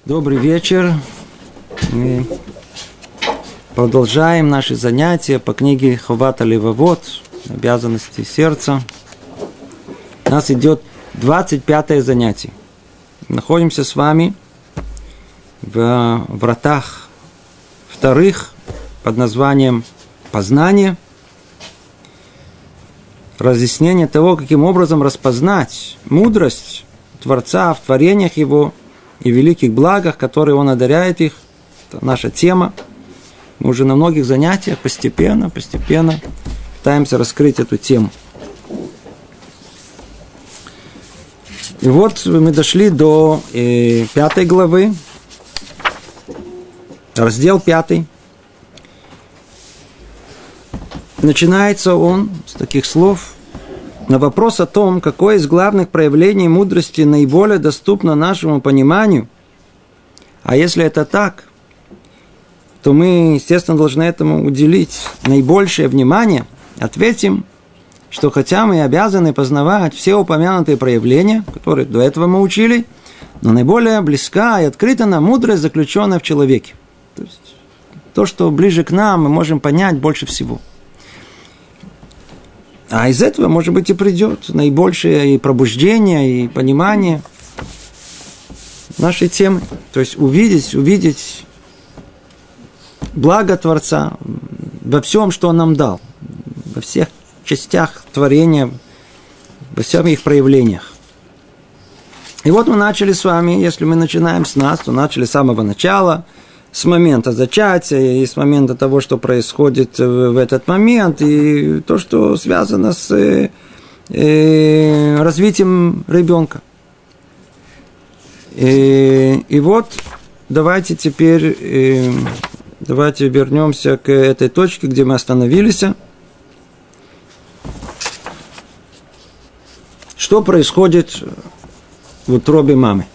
Добрый вечер. Мы продолжаем наши занятия по книге Ховат Левавот, обязанности сердца. У нас идет 25-е занятие. Находимся с вами в вратах вторых под названием «Познание». Разъяснение того, каким образом распознать мудрость Творца в творениях Его и великих благах, которые Он одаряет их. Это наша тема. Мы уже на многих занятиях постепенно пытаемся раскрыть эту тему. И вот мы дошли до 5 главы, раздел 5. Начинается он с таких слов. На вопрос о том, какое из главных проявлений мудрости наиболее доступно нашему пониманию, а если это так, то мы, естественно, должны этому уделить наибольшее внимание, ответим, что хотя мы обязаны познавать все упомянутые проявления, которые до этого мы учили, но наиболее близка и открыта нам мудрость, заключенная в человеке. То есть то, что ближе к нам, мы можем понять больше всего. А из этого, может быть, и придет наибольшее и пробуждение, и понимание нашей темы. То есть увидеть благо Творца во всем, что Он нам дал, во всех частях творения, во всех их проявлениях. И вот мы начали с вами, если мы начинаем с нас, то начали с самого начала, с момента зачатия и с момента того, что происходит в этот момент, и то, что связано с развитием ребенка. И вот давайте теперь вернемся к этой точке, где мы остановились. Что происходит в утробе мамы?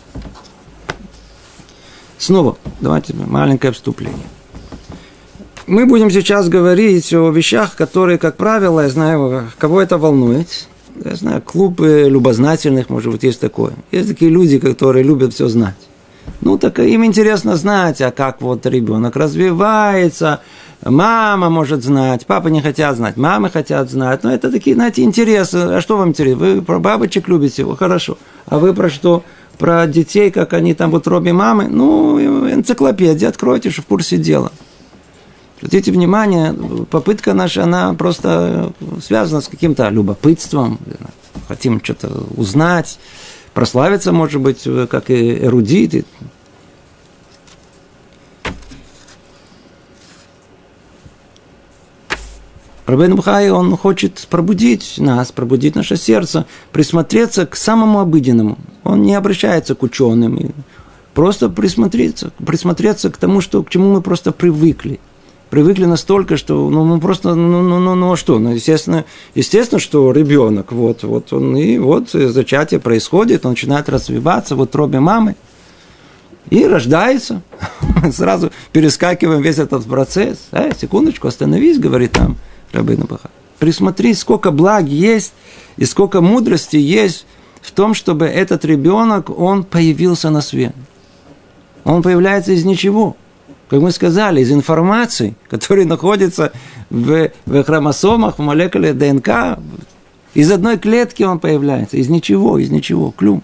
Снова, давайте маленькое вступление. Мы будем сейчас говорить о вещах, которые, как правило, я знаю, кого это волнует. Я знаю, клубы любознательных, может быть, есть такое. Есть такие люди, которые любят все знать. Ну, так им интересно знать, а как вот ребенок развивается. Мама может знать, папы не хотят знать, мамы хотят знать. Но это такие, знаете, интересы. А что вам интересно? Вы про бабочек любите? Хорошо. А вы про что? Про детей, как они там в утробе мамы, энциклопедия, откройте, что в курсе дела. Обратите внимание, попытка наша, она просто связана с каким-то любопытством, хотим что-то узнать, прославиться, может быть, как и эрудиты. Рабейну Бахай, он хочет пробудить нас, пробудить наше сердце, присмотреться к самому обыденному. Он не обращается к ученым, просто присмотреться к тому, к чему мы просто привыкли. Привыкли настолько, что мы просто, естественно, что ребенок, вот зачатие происходит, он начинает развиваться в утробе мамы и рождается. Сразу перескакиваем весь этот процесс. Секундочку, остановись, говорит нам Рабейну Бахай. Присмотри, сколько благ есть и сколько мудрости есть в том, чтобы этот ребенок, он появился на свет. Он появляется из ничего. Как мы сказали, из информации, которая находится в хромосомах, в молекуле ДНК. Из одной клетки он появляется. Из ничего, клюм.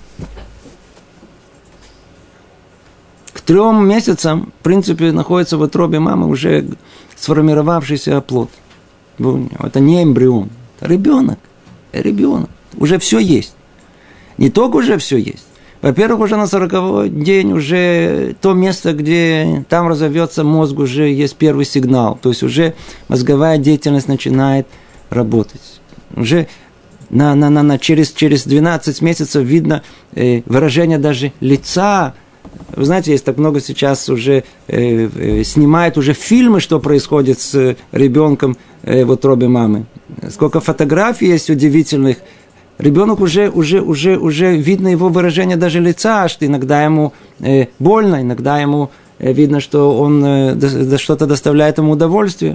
К 3 месяцам, в принципе, находится в утробе мамы уже сформировавшийся оплод. Это не эмбрион, это ребенок. Уже все есть. Не только уже все есть. Во-первых, уже на 40-й день уже то место, где там разовьется мозг, уже есть первый сигнал. То есть уже мозговая деятельность начинает работать. Уже через 12 месяцев видно выражение даже лица. Вы знаете, есть так много сейчас уже снимают уже фильмы, что происходит с ребенком в утробе мамы. Сколько фотографий есть удивительных. Ребенок уже видно его выражение даже лица, что иногда ему больно, иногда ему видно, что он что-то доставляет ему удовольствие.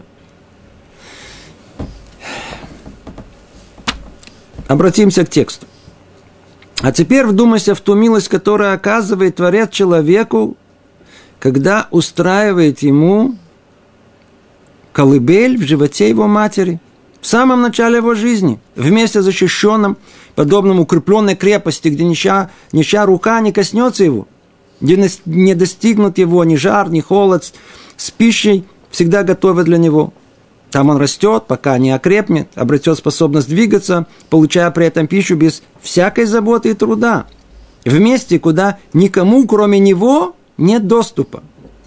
Обратимся к тексту. А теперь вдумайся в ту милость, которую оказывает Творец человеку, когда устраивает ему колыбель в животе его матери, в самом начале его жизни, в месте защищенном, подобном укрепленной крепости, где ничья рука не коснется его, где не достигнут его ни жар, ни холод, с пищей всегда готовы для него. Там он растет, пока не окрепнет, обретет способность двигаться, получая при этом пищу без всякой заботы и труда. В месте, куда никому, кроме него, нет доступа.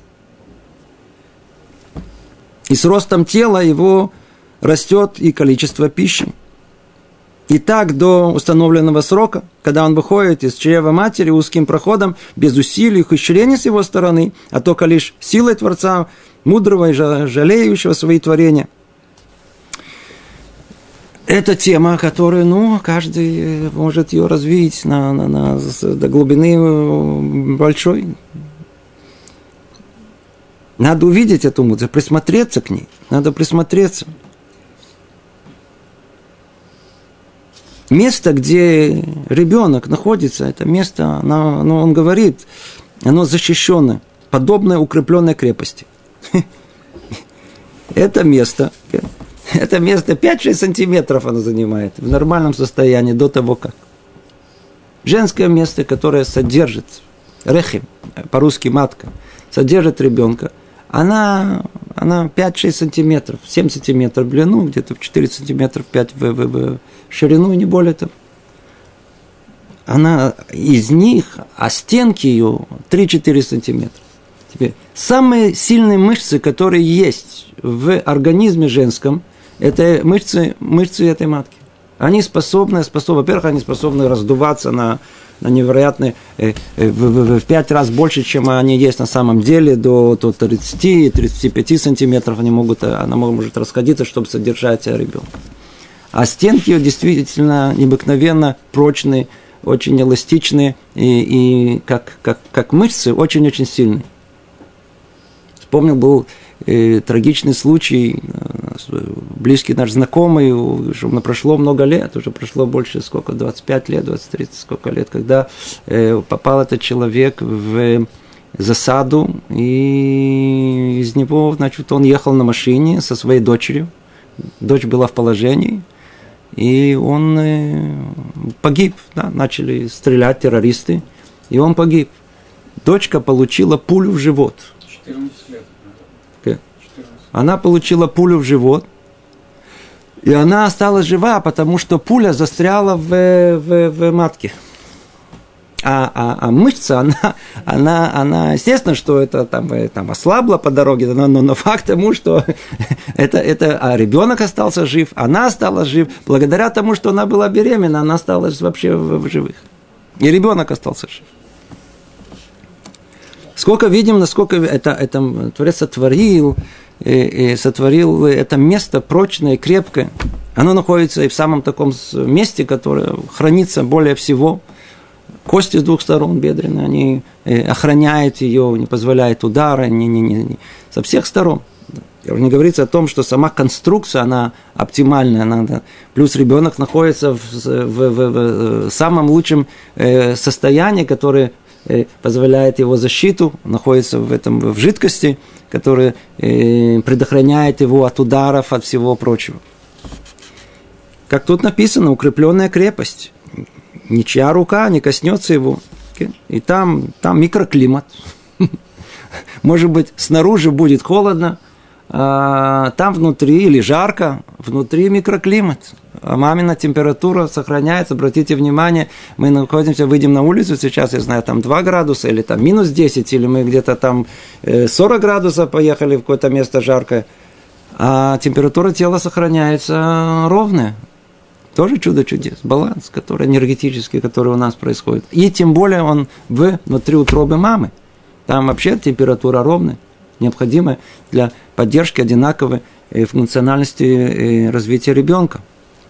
И с ростом тела его растет и количество пищи. И так до установленного срока, когда он выходит из чрева матери узким проходом, без усилий и ухищрений с его стороны, а только лишь силой Творца, мудрого и жалеющего свои творения. Это тема, которую, каждый может ее развить до глубины большой. Надо увидеть эту мудрость, присмотреться к ней. Надо присмотреться. Место, где ребенок находится, это место, он говорит, оно защищенное, подобное укрепленной крепости. Это место 5-6 сантиметров оно занимает в нормальном состоянии до того, как. Женское место, которое содержит рехим, по-русски матка, содержит ребенка, она 5-6 сантиметров, 7 сантиметров в длину, где-то в 4 сантиметра 5 в ширину, и не более того. Она из них, а стенки ее 3-4 сантиметра. Теперь, самые сильные мышцы, которые есть в организме женском, это мышцы этой матки. Они способны, во-первых, они способны раздуваться на невероятные, в 5 раз больше, чем они есть на самом деле, до 30-35 сантиметров она может расходиться, чтобы содержать ребенка. А стенки ее действительно необыкновенно прочные, очень эластичные и как мышцы, очень-очень сильные. Вспомнил, был трагичный случай, близкий наш знакомый, уже прошло много лет, уже прошло больше, 25 лет, 20-30, сколько лет, когда попал этот человек в засаду, и из него, он ехал на машине со своей дочерью, дочь была в положении, и он погиб, начали стрелять террористы, и он погиб. Дочка получила пулю в живот. 14 лет. Она получила пулю в живот, и она осталась жива, потому что пуля застряла в матке. А мышца, она, естественно, что это там ослабла по дороге, но факт тому, что а ребенок остался жив, она осталась жив, благодаря тому, что она была беременна, она осталась вообще в живых. И ребенок остался жив. Сколько видим, насколько это Творец сотворил это место прочное и крепкое. Оно находится и в самом таком месте, которое хранится более всего. Кости с двух сторон бедренные, они охраняют ее, не позволяют удара, со всех сторон. Не говорится о том, что сама конструкция, она оптимальная. Плюс ребенок находится в самом лучшем состоянии, которое позволяет его защиту, находится в жидкости, которая предохраняет его от ударов, от всего прочего. Как тут написано, укрепленная крепость. Ничья рука не коснется его. И там микроклимат. Может быть, снаружи будет холодно, а там внутри или жарко, внутри микроклимат. А мамина температура сохраняется. Обратите внимание, мы находимся, выйдем на улицу сейчас, я знаю, там 2 градуса, или там минус 10, или мы где-то там 40 градусов поехали в какое-то место жаркое. А температура тела сохраняется ровная. Тоже чудо чудес, баланс, который энергетический, который у нас происходит. И тем более он внутри утробы мамы. Там вообще температура ровная, необходимая для поддержки одинаковой функциональности развития ребенка.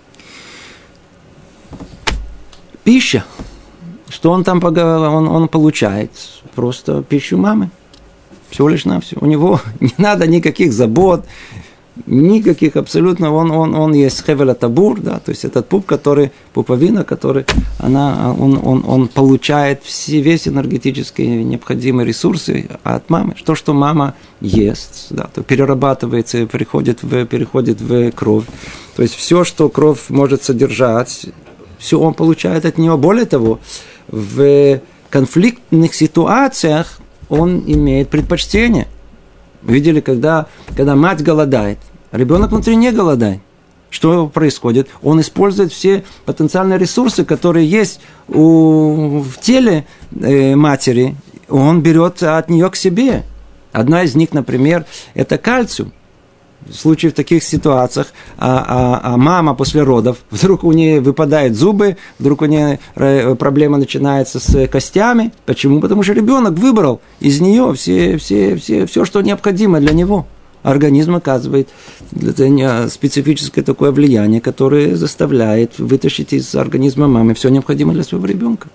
Пища. Что он там он получает? Просто пищу мамы. Всего лишь навсего. У него не надо никаких забот. Никаких абсолютно, он есть хевель табур, да, то есть этот пуповина, который он получает весь энергетические необходимые ресурсы от мамы. Что мама ест, да, то перерабатывается, переходит в кровь. То есть все, что кровь может содержать, все он получает от нее. Более того, в конфликтных ситуациях он имеет предпочтение. Видели, когда мать голодает, ребенок внутри не голодает. Что происходит? Он использует все потенциальные ресурсы, которые есть в теле матери, он берет от нее к себе. Одна из них, например, это кальциум. В случае в таких ситуациях мама после родов, вдруг у нее выпадают зубы, вдруг у нее проблема начинается с костями. Почему? Потому что ребенок выбрал из нее все, что необходимо для него. Организм оказывает специфическое такое влияние, которое заставляет вытащить из организма мамы все необходимое для своего ребенка.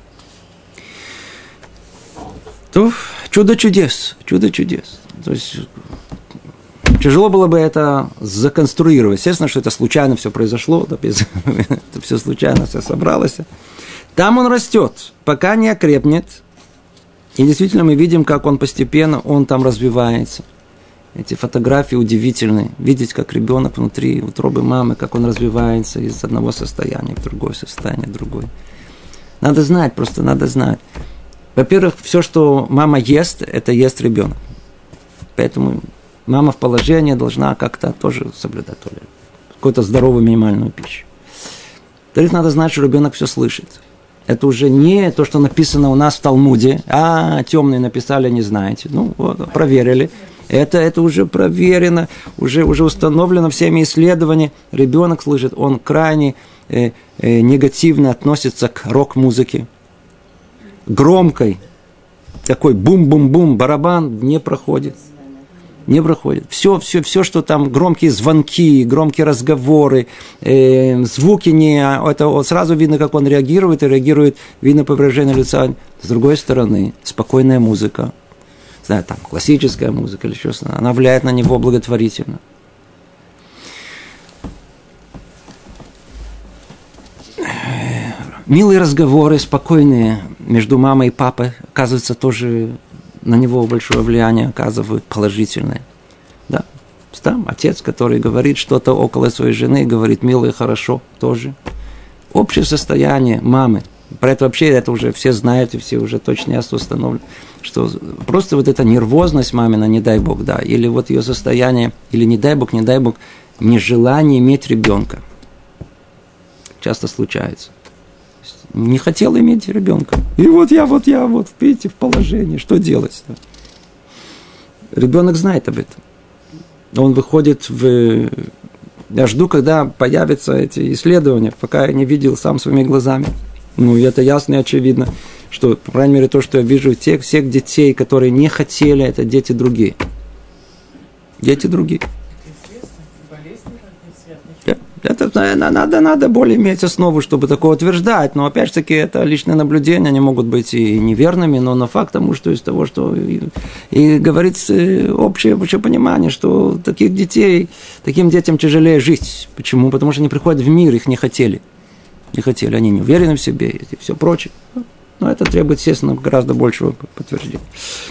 То чудо чудес. То есть тяжело было бы это законструировать. Естественно, что это случайно все произошло, это все случайно все собралось. Там он растет, пока не окрепнет. И действительно мы видим, как он постепенно, он там развивается. Эти фотографии удивительные. Видеть, как ребенок внутри утробы мамы, как он развивается из одного состояния в другое состояние, другое. Надо знать, просто надо знать. Во-первых, все, что мама ест, это ест ребенок. Поэтому мама в положении должна как-то тоже соблюдать какую-то здоровую минимальную пищу. Во-вторых, надо знать, что ребенок все слышит. Это уже не то, что написано у нас в Талмуде. Темные написали, не знаете. Ну, вот, проверили. Это уже проверено, уже установлено всеми исследованиями. Ребенок слышит, он крайне негативно относится к рок-музыке. Громкой, такой бум-бум-бум, барабан не проходит. Все, что там, громкие звонки, громкие разговоры, звуки это сразу видно, как он реагирует, видно по выражению лица. С другой стороны, спокойная музыка, там классическая музыка или что-то, она влияет на него благотворительно. Милые разговоры, спокойные между мамой и папой, оказывается, тоже на него большое влияние оказывают положительное. Да. Там отец, который говорит что-то около своей жены, говорит мило и хорошо тоже. Общее состояние мамы. Про это вообще это уже все знают, и все уже точно ясно установлено, что просто вот эта нервозность мамина, не дай Бог, да, или вот ее состояние, или не дай Бог, нежелание иметь ребенка. Часто случается. Не хотел иметь ребенка. И вот я, видите, в положении, что делать? Ребенок знает об этом. Он выходит Я жду, когда появятся эти исследования, пока я не видел сам своими глазами. Ну, и это ясно и очевидно, что, по крайней мере, то, что я вижу, всех детей, которые не хотели, это дети другие. Дети другие. Это надо более иметь основу, чтобы такое утверждать. Но, опять же таки, это личное наблюдение, они могут быть и неверными, но факт тому, что из того, что и говорит общее понимание, что таким детям тяжелее жить. Почему? Потому что они приходят в мир, их не хотели. Они не уверены в себе и все прочее. Но это требует, естественно, гораздо большего подтверждения.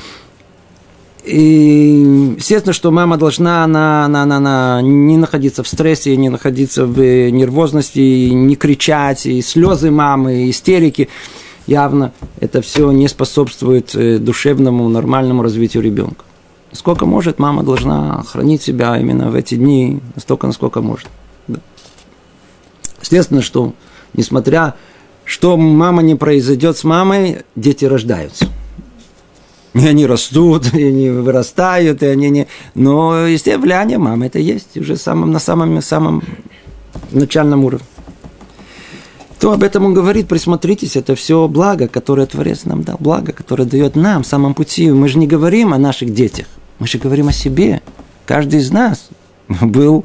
И естественно, что мама должна не находиться в стрессе, не находиться в нервозности, не кричать, и слезы мамы, и истерики. Явно это все не способствует душевному, нормальному развитию ребенка. Сколько может, мама должна хранить себя именно в эти дни, настолько, насколько может. Да. Естественно, что, несмотря, что мама не произойдет с мамой, дети рождаются. И они растут, и они вырастают, и они не... Но, естественно, влияние мамы это есть уже на самом начальном уровне. То об этом он говорит, присмотритесь, это все благо, которое Творец нам дал, благо, которое дает нам в самом пути. Мы же не говорим о наших детях, мы же говорим о себе. Каждый из нас был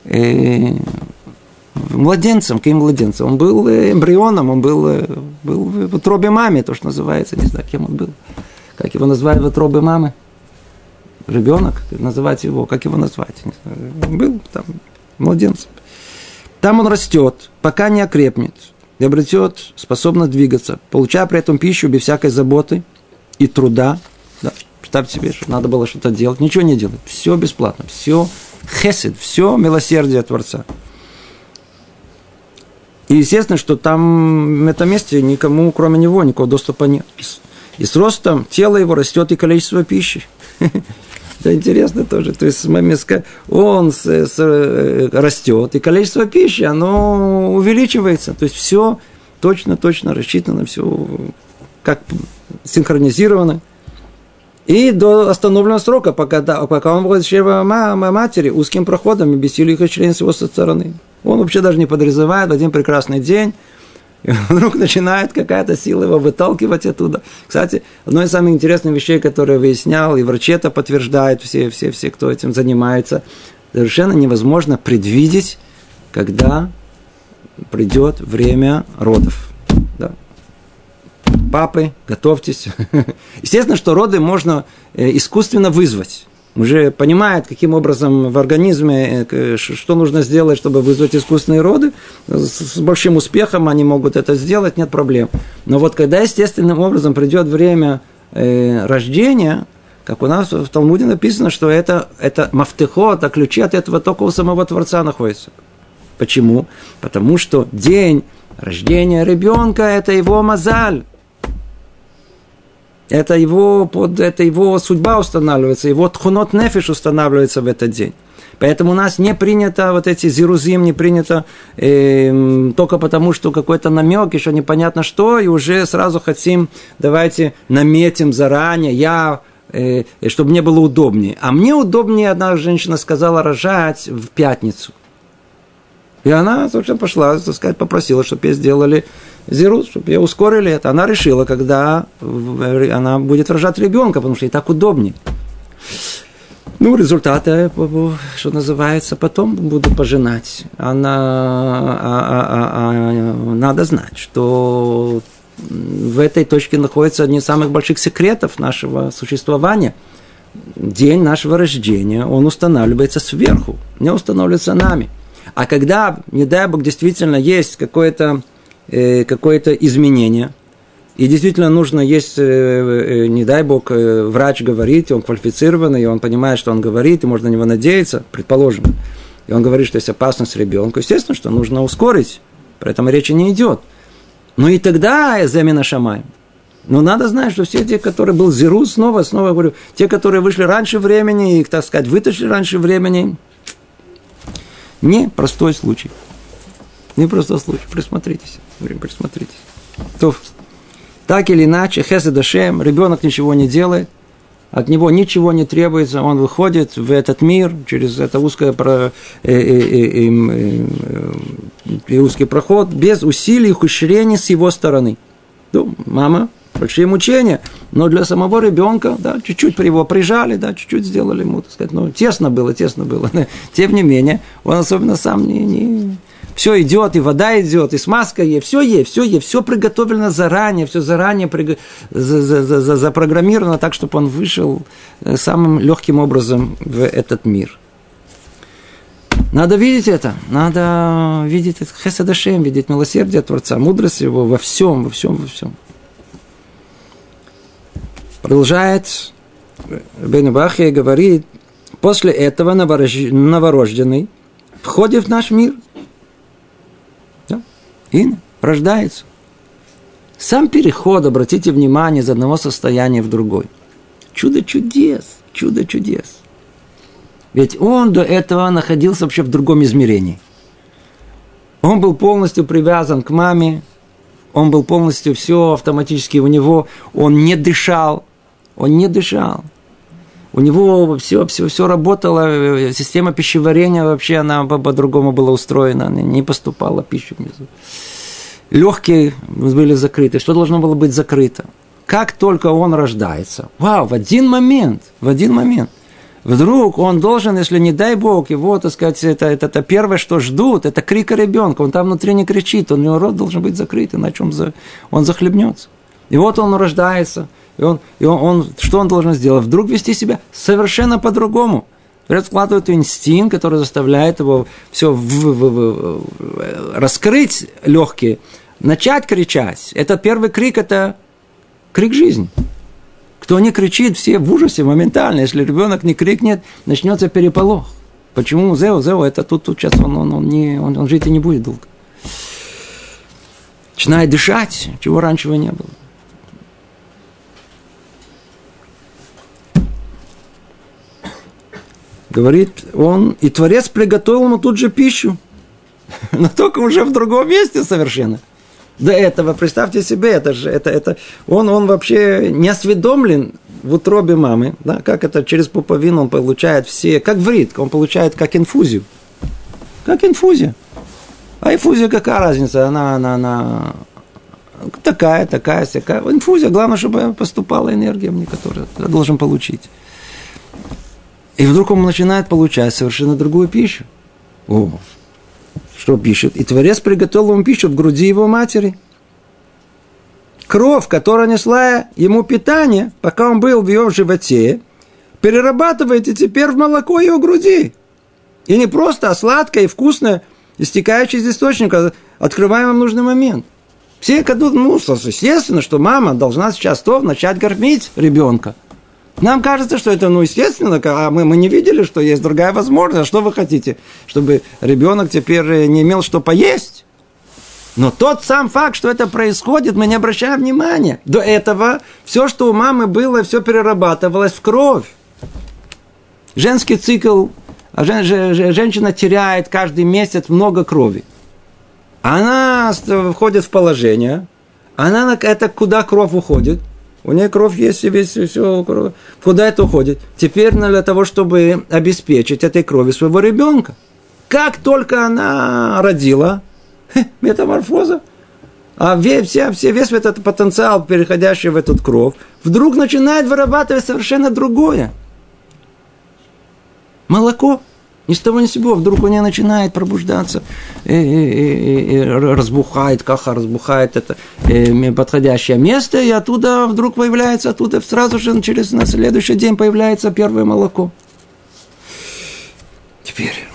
младенцем, каким младенцем? Он был эмбрионом, он был в утробе мамы, то, что называется, не знаю, кем он был. Как его называют в утробе мамы? ребенок, называть его, как его назвать? Был там младенцем. Там он растет, пока не окрепнет, и обретет способность двигаться, получая при этом пищу без всякой заботы и труда. Да, представьте себе, что надо было что-то делать. Ничего не делать. Все бесплатно. Все хесед, все милосердие Творца. И естественно, что там в этом месте никому, кроме него, никакого доступа нет. И с ростом тела его растет и количество пищи. Это интересно тоже. То есть он растет, и количество пищи, оно увеличивается. То есть все точно рассчитано, все как синхронизировано. И до остановленного срока, пока он будет в чрево матери, узким проходом и бессилию их член с его стороны. Он вообще даже не подразумевает, в один прекрасный день и вдруг начинает какая-то сила его выталкивать оттуда. Кстати, одно из самых интересных вещей, которые я выяснял, и врачи это подтверждают, все, кто этим занимается, совершенно невозможно предвидеть, когда придет время родов. Да. Папы, готовьтесь. Естественно, что роды можно искусственно вызвать. Уже понимают, каким образом в организме, что нужно сделать, чтобы вызвать искусственные роды. С большим успехом они могут это сделать, нет проблем. Но вот когда естественным образом придет время рождения, как у нас в Талмуде написано, что это мафтехот, а ключи от этого только у самого Творца находятся. Почему? Потому что день рождения ребенка – это его мазаль. Это его судьба устанавливается, его тхунот нефиш устанавливается в этот день. Поэтому у нас не принято вот эти зирузим, не принято только потому, что какой-то намек, еще непонятно что, и уже сразу хотим, давайте наметим заранее, чтобы мне было удобнее. А мне удобнее, одна женщина сказала, рожать в пятницу. И она, собственно, пошла, так сказать, попросила, чтобы ей сделали зирус, чтобы ей ускорили это. Она решила, когда она будет рожать ребенка, потому что ей так удобнее. Ну, результаты, что называется, потом буду пожинать. Надо знать, что в этой точке находится один из самых больших секретов нашего существования. День нашего рождения, он устанавливается сверху, не устанавливается нами. А когда, не дай Бог, действительно есть какое-то изменение, и действительно нужно есть, не дай Бог, врач говорит, он квалифицированный, и он понимает, что он говорит, и можно на него надеяться, предположим, и он говорит, что есть опасность ребенку, естественно, что нужно ускорить, про это речи не идет. Ну и тогда замена шамай. Но надо знать, что все те, которые был зирус, снова говорю, те, которые вышли раньше времени, их, так сказать, вытащили раньше времени, не простой случай. Не простой случай. Присмотритесь. То, так или иначе, хесед Ашем, ребенок ничего не делает, от него ничего не требуется, он выходит в этот мир через это узкий проход без усилий и ухищрений с его стороны. Ну, мама, большие мучения, но для самого ребенка, да, чуть-чуть его прижали, да, чуть-чуть сделали ему, так сказать, ну, тесно было. Тем не менее, он особенно сам не... Все идет, и вода идет, и смазка есть, все приготовлено заранее, все заранее запрограммировано так, чтобы он вышел самым легким образом в этот мир. Надо видеть это, надо видеть хесед Ашем, видеть милосердие Творца, мудрость его во всем. Продолжает Рабейну Бахья и говорит, после этого новорожденный входит в наш мир. Да? И рождается. Сам переход, обратите внимание, из одного состояния в другой. Чудо чудес. Ведь он до этого находился вообще в другом измерении. Он был полностью привязан к маме, он был полностью все автоматически у него, он не дышал. У него все работало, система пищеварения вообще, она по-другому была устроена, не поступала пища внизу. Легкие были закрыты. Что должно было быть закрыто? Как только он рождается, в один момент, вдруг он должен, если не дай Бог, его, так сказать, это первое, что ждут, это крика ребенка, он там внутри не кричит, у него рот должен быть закрыт, иначе он захлебнется. И вот он рождается, что он должен сделать? Вдруг вести себя совершенно по-другому. Вкладывает инстинкт, который заставляет его все раскрыть легкие, начать кричать. Это первый крик, это крик жизни. Кто не кричит, все в ужасе моментально. Если ребенок не крикнет, начнется переполох. Почему? Зео, это тут сейчас он жить и не будет долго. Начинает дышать, чего раньше не было. Говорит он, и Творец приготовил ему тут же пищу. Но только уже в другом месте совершенно. До этого, представьте себе, он вообще не осведомлен в утробе мамы, да, как это через пуповину он получает все, как врит, он получает как инфузию. Как инфузия. А инфузия какая разница? Она такая, всякая. Инфузия, главное, чтобы поступала энергия мне, которую я должен получить. И вдруг он начинает получать совершенно другую пищу. Что пишет? И Творец приготовил ему пищу в груди его матери. Кровь, которая несла ему питание, пока он был в ее животе, перерабатывается теперь в молоко ее груди. И не просто, а сладкое и вкусное, истекающее из источника, открываемое в нужный момент. Все естественно, что мама должна сейчас начать кормить ребенка. Нам кажется, что это, естественно, а мы не видели, что есть другая возможность. А что вы хотите? Чтобы ребенок теперь не имел что поесть? Но тот сам факт, что это происходит, мы не обращаем внимания. До этого все, что у мамы было, все перерабатывалось в кровь. Женский цикл, женщина теряет каждый месяц много крови. Она входит в положение, это куда кровь уходит? У нее кровь есть, все, куда это уходит? Теперь для того, чтобы обеспечить этой крови своего ребенка. Как только она родила, метаморфоза, а весь этот потенциал, переходящий в эту кровь, вдруг начинает вырабатывать совершенно другое. Молоко. Ни с того ни с сего. Вдруг у нее начинает пробуждаться, разбухает, каха разбухает это подходящее место, и оттуда вдруг появляется, сразу же на следующий день появляется первое молоко. Теперь,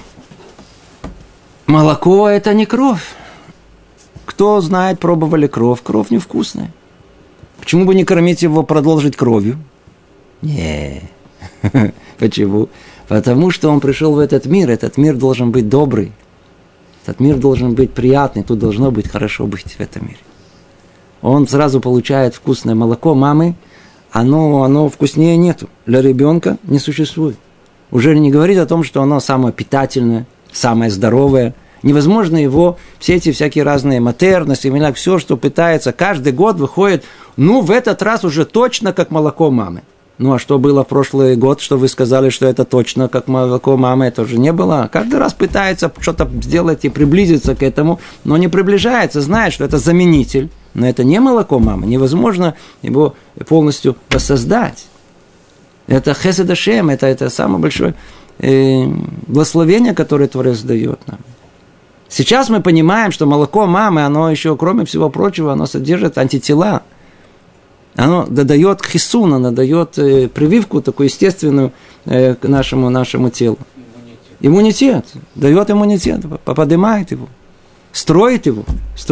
молоко – это не кровь. Кто знает, пробовали кровь. Кровь невкусная. Почему бы не кормить его, продолжить кровью? Не. Почему? Потому что он пришел в этот мир должен быть добрый, этот мир должен быть приятный, тут должно быть хорошо быть в этом мире. Он сразу получает вкусное молоко мамы, оно вкуснее нету, для ребенка не существует. Уже не говорить о том, что оно самое питательное, самое здоровое. Невозможно его, все эти всякие разные матерности, все, что пытается, каждый год выходит, в этот раз уже точно как молоко мамы. А что было в прошлый год, что вы сказали, что это точно как молоко мамы, это уже не было. Каждый раз пытается что-то сделать и приблизиться к этому, но не приближается, знает, что это заменитель. Но это не молоко мамы, невозможно его полностью воссоздать. Это хесед Ашем, это самое большое благословение, которое Творец дает нам. Сейчас мы понимаем, что молоко мамы, оно еще, кроме всего прочего, оно содержит антитела. Оно дает хисун, оно дает прививку такую естественную к нашему телу. Иммунитет. Дает иммунитет, поднимает его, строит его.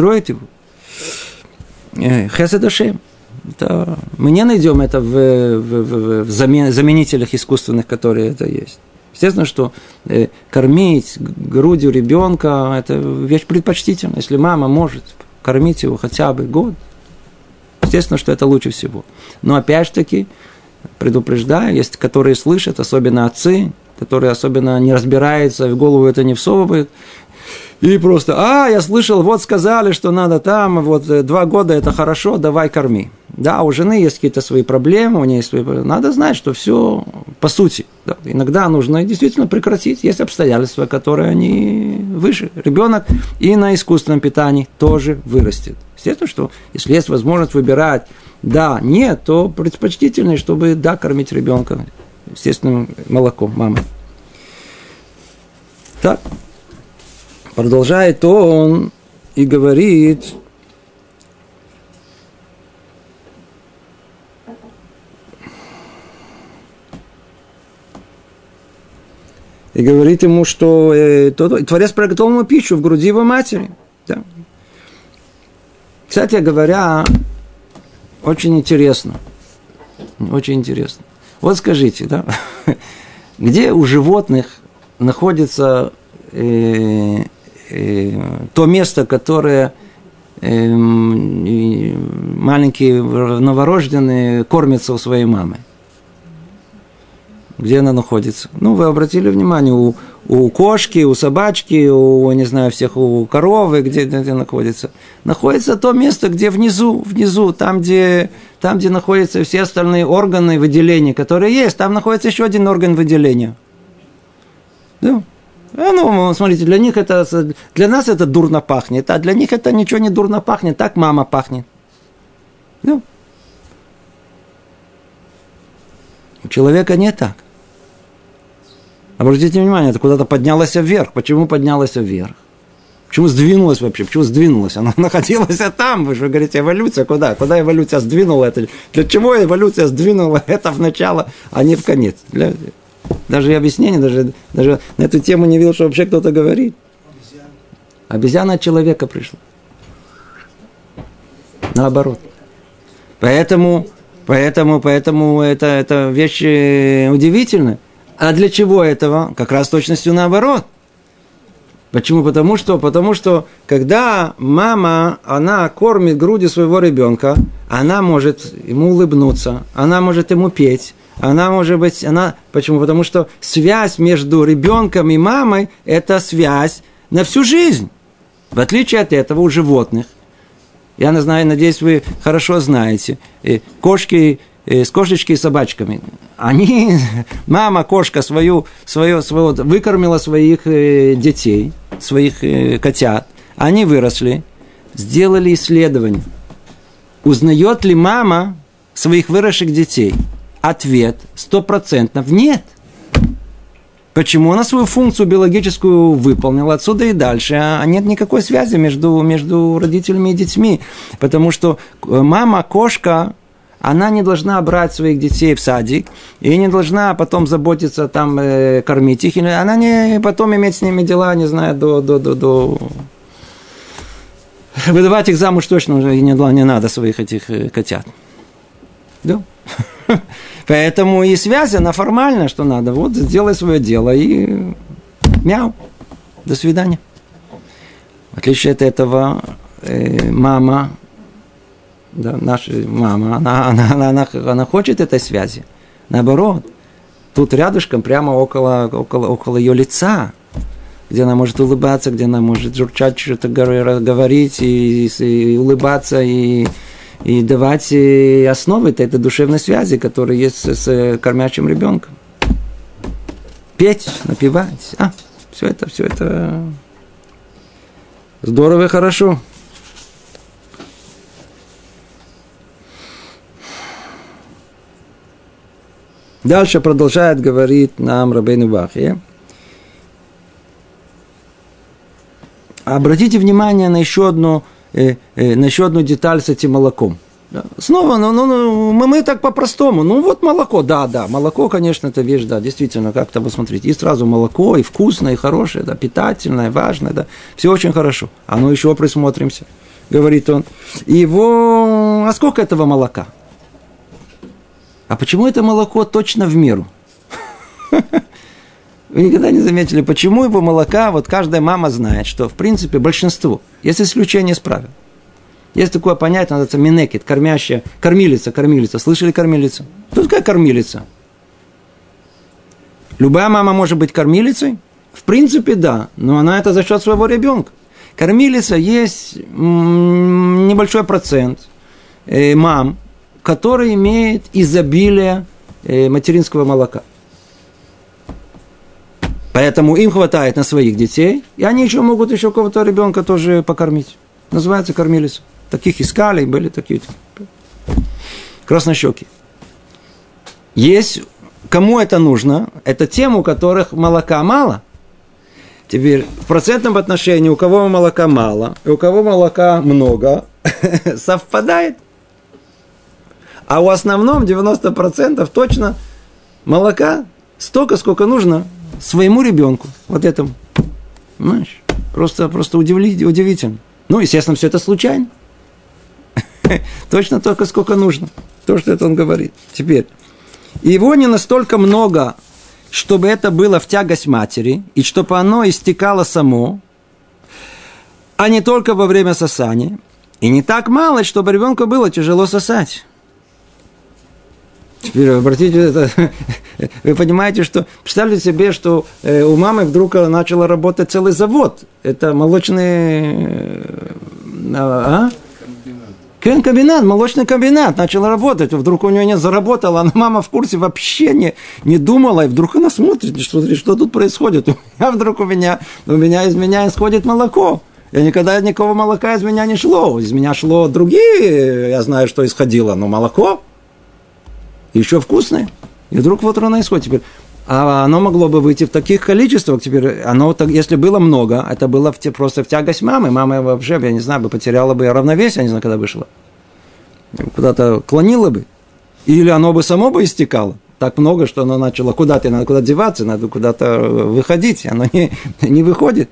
Хесед Ашем. Мы не найдем это в заменителях искусственных, которые это есть. Естественно, что кормить грудью ребенка – это вещь предпочтительная. Если мама может кормить его хотя бы год, естественно, что это лучше всего. Но опять же таки, предупреждаю, есть, которые слышат, особенно отцы, которые особенно не разбираются, в голову это не всовывают. И просто, я слышал, сказали, что надо там, 2 года это хорошо, давай корми. Да, у жены есть какие-то свои проблемы, у нее есть свои проблемы. Надо знать, что все по сути. Да. Иногда нужно действительно прекратить. Есть обстоятельства, которые они выше. Ребенок и на искусственном питании тоже вырастет. Естественно, что если есть возможность выбирать да, нет, то предпочтительнее, чтобы кормить ребенка естественным молоком мамы. Так. Продолжает он и говорит, и говорит ему, что Творец приготовил ему пищу в груди его матери. Да. Кстати говоря, очень интересно. Очень интересно. Вот скажите, да, где у животных находится то место, которое маленькие новорожденные кормятся у своей мамы? Где она находится? Ну, вы обратили внимание, у кошки, у собачки, не знаю, всех, у коровы, где находится? Находится то место, где внизу, там, где находятся все остальные органы выделения, которые есть, там находится еще один орган выделения. Да. Ну, смотрите, для нас это дурно пахнет, а для них это ничего не дурно пахнет, так мама пахнет. Да. У человека не так. Обратите внимание, это куда-то поднялось вверх. Почему поднялось вверх? Почему сдвинулась вообще? Почему сдвинулась? Она находилась там. Вы же говорите, эволюция куда? Куда эволюция сдвинула это? Для чего эволюция сдвинула это в начало, а не в конец? Даже и объяснение, даже на эту тему не видел, что вообще кто-то говорит. Обезьяна от человека пришла. Наоборот. Поэтому это вещь удивительная. А для чего этого? Как раз точностью наоборот. Почему? Потому что когда мама, она кормит грудью своего ребенка, она может ему улыбнуться, она может ему петь, Почему? Потому что связь между ребенком и мамой – это связь на всю жизнь. В отличие от этого у животных, я не знаю, надеюсь, вы хорошо знаете, кошки с кошечкой и собачками. Мама, кошка выкормила своих детей, своих котят. Они выросли, сделали исследование. Узнает ли мама своих выросших детей? Ответ 100% нет. Почему? Она свою функцию биологическую выполнила, отсюда и дальше. А нет никакой связи между родителями и детьми. Потому что мама, кошка, она не должна брать своих детей в садик, и не должна потом заботиться, кормить их. Она не потом иметь с ними дела, не знаю, до... Выдавать их замуж точно уже не надо, своих этих котят. Да? Поэтому и связь, она формальная, что надо. Вот, сделай свое дело и мяу. До свидания. В отличие от этого, мама, да, наша мама, она хочет этой связи. Наоборот, тут рядышком, прямо около ее лица, где она может улыбаться, где она может журчать, что-то говорить, и улыбаться, и давать основы этой душевной связи, которая есть с кормящим ребенком. Петь, напевать. Все это здорово и хорошо. Дальше продолжает говорить нам Рабейну Бахья. Обратите внимание на еще одну деталь с этим молоком. Снова, мы так по-простому. Вот молоко, да, молоко, конечно, это вещь, да, действительно, как-то посмотрите. И сразу молоко, и вкусное, и хорошее, да, питательное, важное, да, все очень хорошо. А ну еще присмотримся, говорит он. А сколько этого молока? А почему это молоко точно в меру? Вы никогда не заметили, почему его молока, вот каждая мама знает, что, в принципе, большинство, есть исключение из правил. Есть такое понятие, называется минекет, кормящая, кормилица. Слышали кормилицу? Кто такая кормилица? Любая мама может быть кормилицей? В принципе, да, но она это за счет своего ребенка. Кормилица есть небольшой процент мам, который имеет изобилие материнского молока. Поэтому им хватает на своих детей, и они еще могут кого-то ребенка тоже покормить. Называется кормилица. Таких искали, были такие краснощеки. Есть, кому это нужно, это тем, у которых молока мало. Теперь в процентном отношении, у кого молока мало, и у кого молока много, совпадает. А у основном 90% точно молока столько, сколько нужно своему ребенку, вот этому. Знаешь, просто удивительно. Ну, естественно, все это случайно. Точно только сколько нужно. То, что это он говорит. Теперь. Его не настолько много, чтобы это было в тягость матери, и чтобы оно истекало само, а не только во время сосания. И не так мало, чтобы ребенку было тяжело сосать. Теперь обратите это, вы понимаете, что представьте себе, что у мамы вдруг начал работать целый завод. Это молочный комбинат, молочный комбинат начал работать. Вдруг у нее не заработало, а мама в курсе вообще не думала. И вдруг она смотрит, что тут происходит. А вдруг у меня из меня исходит молоко. Я никогда никакого молока из меня не шло. Из меня шло другие, я знаю, что исходило, но молоко. Еще вкусное. И вдруг вот оно исходит теперь. А оно могло бы выйти в таких количествах. Теперь оно, если было много, это было просто в тягость мамы. Мама вообще, я не знаю, бы потеряла бы равновесие, я не знаю, когда вышла. Куда-то клонила бы. Или оно бы само бы истекало. Так много, что оно начало куда-то, надо куда-то деваться, надо куда-то выходить. Оно не выходит.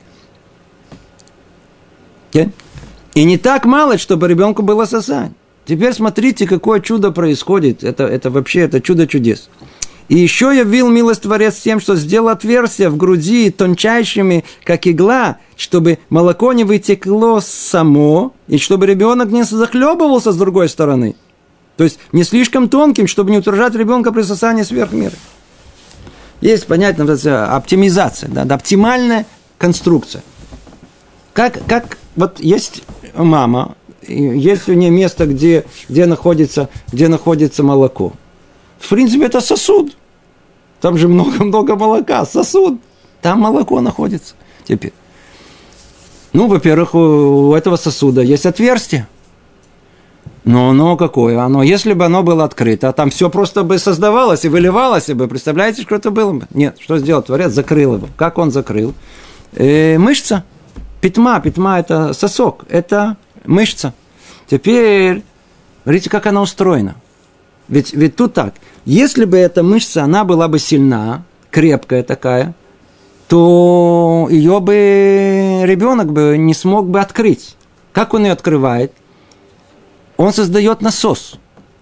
И не так мало, чтобы ребенку было сосать. Теперь смотрите, какое чудо происходит. Это вообще, это чудо чудес. И еще явил милость Творец тем, что сделал отверстия в груди тончайшими, как игла, чтобы молоко не вытекло само, и чтобы ребенок не захлебывался с другой стороны. То есть не слишком тонким, чтобы не удержать ребенка при сосании сверх меры. Есть, понятно, оптимизация, да, оптимальная конструкция. Как вот есть мама, есть у нее место, где находится молоко. В принципе, это сосуд. Там же много-много молока. Сосуд. Там молоко находится. Теперь. Ну, во-первых, у этого сосуда есть отверстие. Но оно какое? Если бы оно было открыто, там все просто бы создавалось и выливалось бы. Представляете, что это было бы? Нет, что сделал Творец? Закрыл его. Как он закрыл? Мышца. Питма это сосок. Это мышца. Теперь, смотрите, как она устроена. Ведь тут так. Если бы эта мышца, она была бы сильна, крепкая такая, то ее бы ребенок бы не смог бы открыть. Как он ее открывает? Он создает насос.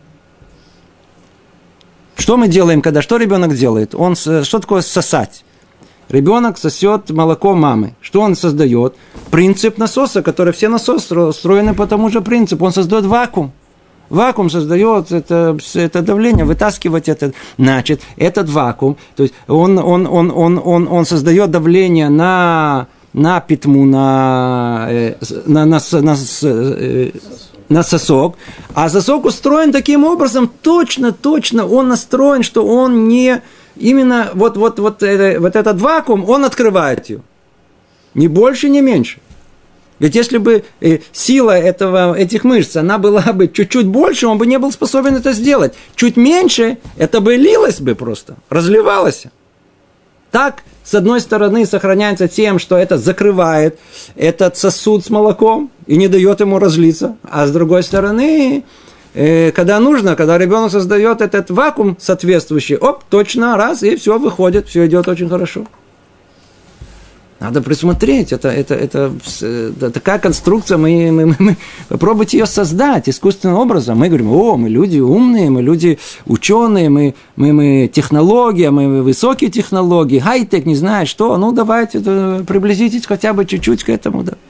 Что мы делаем, что ребенок делает? Что такое сосать? Ребенок сосет молоко мамы. Что он создает? Принцип насоса, который все насосы устроены по тому же принципу. Он создает вакуум. Вакуум создает это давление, вытаскивать это. Значит, этот вакуум, то есть он создает давление на питму, на сосок. А сосок устроен таким образом, точно, он настроен, что он не... Именно вот этот вакуум, он открывает ее. Ни больше, ни меньше. Ведь если бы сила этих мышц, она была бы чуть-чуть больше, он бы не был способен это сделать. Чуть меньше, это бы лилось бы просто, разливалось. Так, с одной стороны, сохраняется тем, что это закрывает этот сосуд с молоком и не дает ему разлиться. А с другой стороны... когда нужно, когда ребенок создает этот вакуум соответствующий, точно, раз, и все выходит, все идет очень хорошо. Надо присмотреть, это такая конструкция, мы попробуйте ее создать искусственным образом. Мы говорим, мы люди умные, мы люди ученые, мы технология, мы высокие технологии, хай-тек, не знаю что, давайте приблизитесь хотя бы чуть-чуть к этому, да.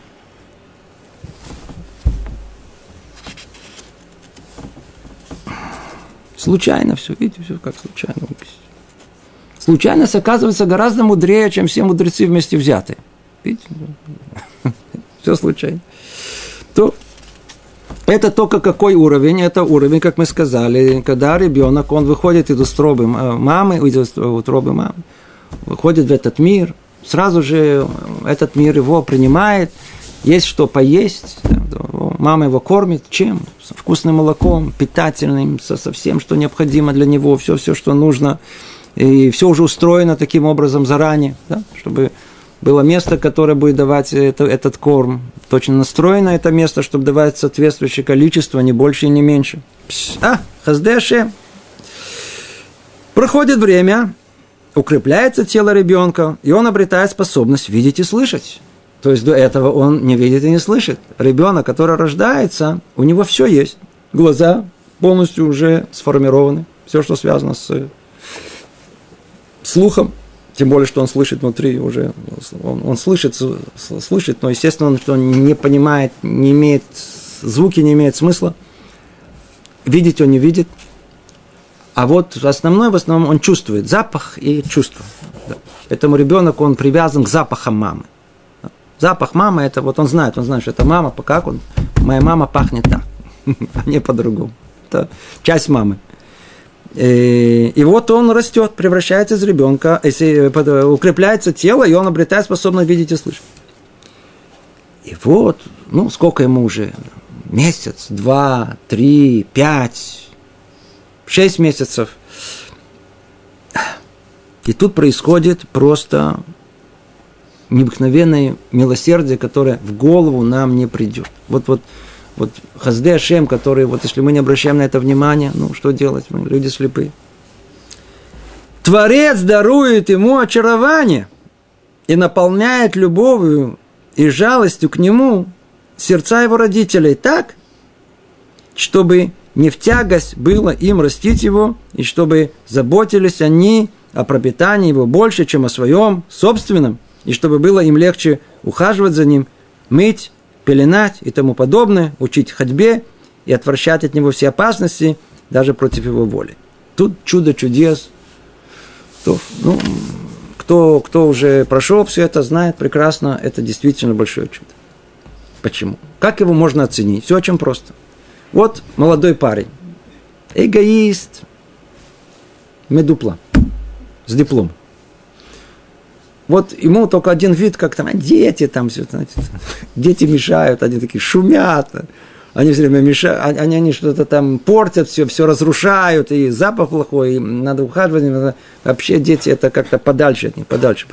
Случайно все, видите, все как случайно. Случайность оказывается гораздо мудрее, чем все мудрецы вместе взятые. Видите? Все случайно. Это только какой уровень? Это уровень, как мы сказали, когда ребенок, он выходит из утробы мамы, выходит в этот мир, сразу же этот мир его принимает, есть что поесть, мама его кормит чем? С вкусным молоком, питательным, со всем, что необходимо для него, все, что нужно. И все уже устроено таким образом заранее, да? Чтобы было место, которое будет давать этот корм. Точно настроено это место, чтобы давать соответствующее количество, не больше и не меньше. Хаздей Ашем. Проходит время, укрепляется тело ребенка, и он обретает способность видеть и слышать. То есть до этого он не видит и не слышит. Ребенок, который рождается, у него все есть. Глаза полностью уже сформированы. Все, что связано с слухом. Тем более, что он слышит внутри уже. Он слышит, но, естественно, что он не понимает, не имеет, звуки не имеют смысла. Видеть он не видит. А вот в основном он чувствует запах и чувство. Поэтому ребенок, он привязан к запахам мамы. Запах мамы, это вот он знает, что это мама, как он, моя мама пахнет так, а не по-другому. Это часть мамы. И вот он растет, превращается из ребенка, укрепляется тело, и он обретает способность видеть и слышать. И вот, сколько ему уже? Месяц, 2, 3, 5, 6 месяцев. И тут происходит просто необыкновенное милосердие, которое в голову нам не придет. Вот Хаздей Ашем, который, если мы не обращаем на это внимание, что делать? Мы люди слепые. Творец дарует ему очарование и наполняет любовью и жалостью к нему сердца его родителей так, чтобы не в тягость было им растить его, и чтобы заботились они о пропитании его больше, чем о своем собственном, и чтобы было им легче ухаживать за ним, мыть, пеленать и тому подобное, учить ходьбе и отвращать от него все опасности, даже против его воли. Тут чудо чудес. Кто уже прошел все это, знает прекрасно, это действительно большое чудо. Почему? Как его можно оценить? Все очень просто. Вот молодой парень, эгоист, медупла, с дипломом. Вот ему только один вид, как там дети там все, знаете, дети мешают, они такие шумят, они все время мешают, они что-то там портят, все разрушают, и запах плохой, и надо ухаживать. Вообще дети это как-то подальше от них, подальше.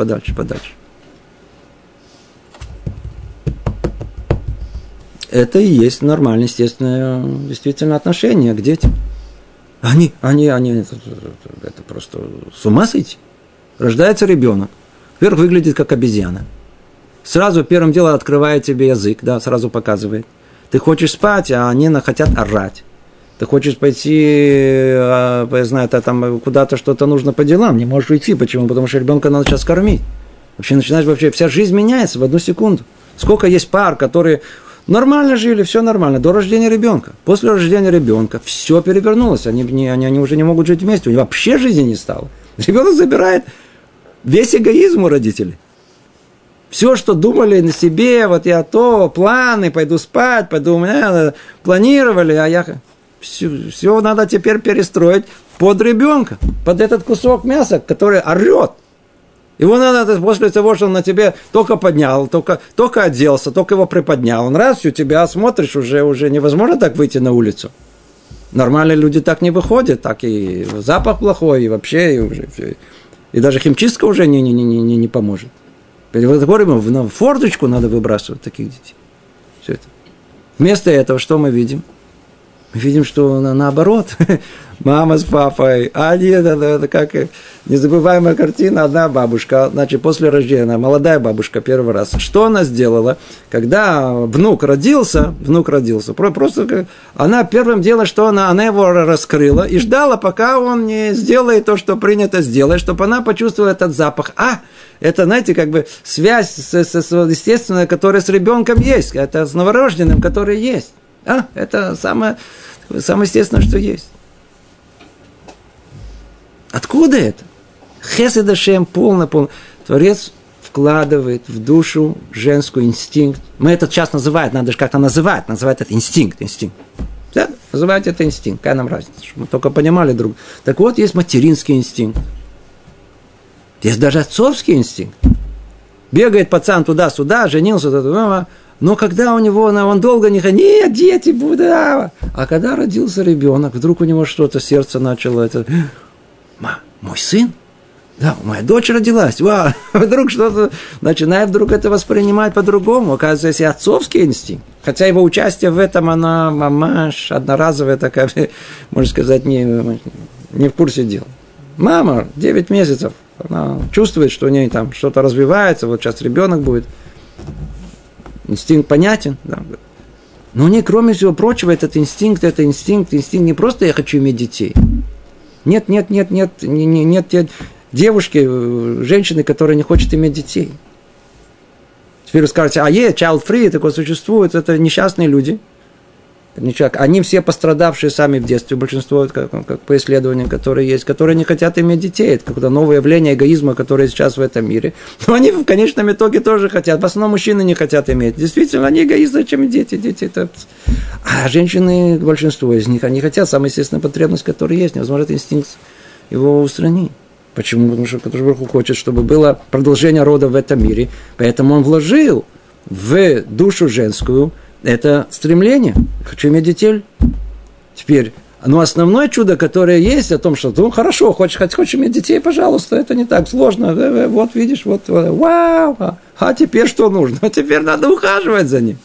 Это и есть нормальное, естественное, действительно, отношение к детям. Они это просто с ума сойти. Рождается ребенок. Во-первых, выглядит как обезьяна. Сразу первым делом открывает тебе язык, сразу показывает. Ты хочешь спать, а они хотят орать. Ты хочешь пойти, я знаю, там куда-то что-то нужно по делам, не можешь уйти. Почему? Потому что ребенка надо сейчас кормить. Вообще вся жизнь меняется в одну секунду. Сколько есть пар, которые нормально жили, все нормально, до рождения ребенка. После рождения ребенка все перевернулось. Они уже не могут жить вместе. У них вообще жизни не стало. Ребенок забирает весь эгоизм у родителей. Все, что думали на себе, планы, пойду спать, планировали, а я... Все надо теперь перестроить под ребенка, под этот кусок мяса, который орет. Его надо после того, что он на тебе только поднял, только оделся, только его приподнял. Он раз, у тебя смотришь, уже невозможно так выйти на улицу. Нормальные люди так не выходят, так и запах плохой, и вообще... И даже химчистка уже не поможет. В форточку надо выбрасывать таких детей. Все это. Вместо этого что мы видим? Мы видим, что наоборот. Мама с папой. Нет, это как незабываемая картина. Одна бабушка, после рождения, молодая бабушка первый раз. Что она сделала? Когда внук родился, просто она первым делом, что она его раскрыла и ждала, пока он не сделает то, что принято сделать, чтобы она почувствовала этот запах. Это, знаете, связь естественная, которая с ребенком есть. Это с новорожденным, который есть. Это самое естественное, что есть. Откуда это? Хесед Ашем полно. Творец вкладывает в душу женскую инстинкт. Мы это сейчас называем, надо же как-то называть это инстинкт. Да? Называть это инстинкт. Какая нам разница? Мы только понимали друг. Так вот, есть материнский инстинкт. Есть даже отцовский инстинкт. Бегает пацан туда-сюда, женился, но когда у него, он долго не ходил, нет, дети будут, А когда родился ребенок, вдруг у него что-то, сердце начало, мой сын? Да, моя дочь родилась, вдруг что-то, начинает вдруг это воспринимать по-другому, оказывается, есть отцовский инстинкт, хотя его участие в этом, она мамаш, одноразовая такая, можно сказать, не в курсе дела. Мама, 9 месяцев, Она чувствует, что у нее там что-то развивается, вот сейчас ребенок будет. Инстинкт понятен, да. Но у нее, кроме всего прочего, этот инстинкт не просто «я хочу иметь детей». Нет девушки, женщины, которые не хотят иметь детей. Теперь вы скажете, child free, такое существует, это несчастные люди. Они все пострадавшие сами в детстве, большинство, как по исследованиям, которые есть, которые не хотят иметь детей. Это какое-то новое явление эгоизма, которое сейчас в этом мире. Но они в конечном итоге тоже хотят. В основном мужчины не хотят иметь. Действительно, они эгоисты, чем дети. Дети это... А женщины, большинство из них, они хотят. Самая естественная потребность, которая есть. Невозможно этот инстинкт его устранить. Почему? Потому что Кадош хочет, чтобы было продолжение рода в этом мире. Поэтому он вложил в душу женскую это стремление. Хочу иметь детей. Теперь, основное чудо, которое есть, о том, что, хорошо, хочешь иметь детей, пожалуйста, это не так сложно. Вот, видишь, вау, а теперь что нужно? Теперь надо ухаживать за ним.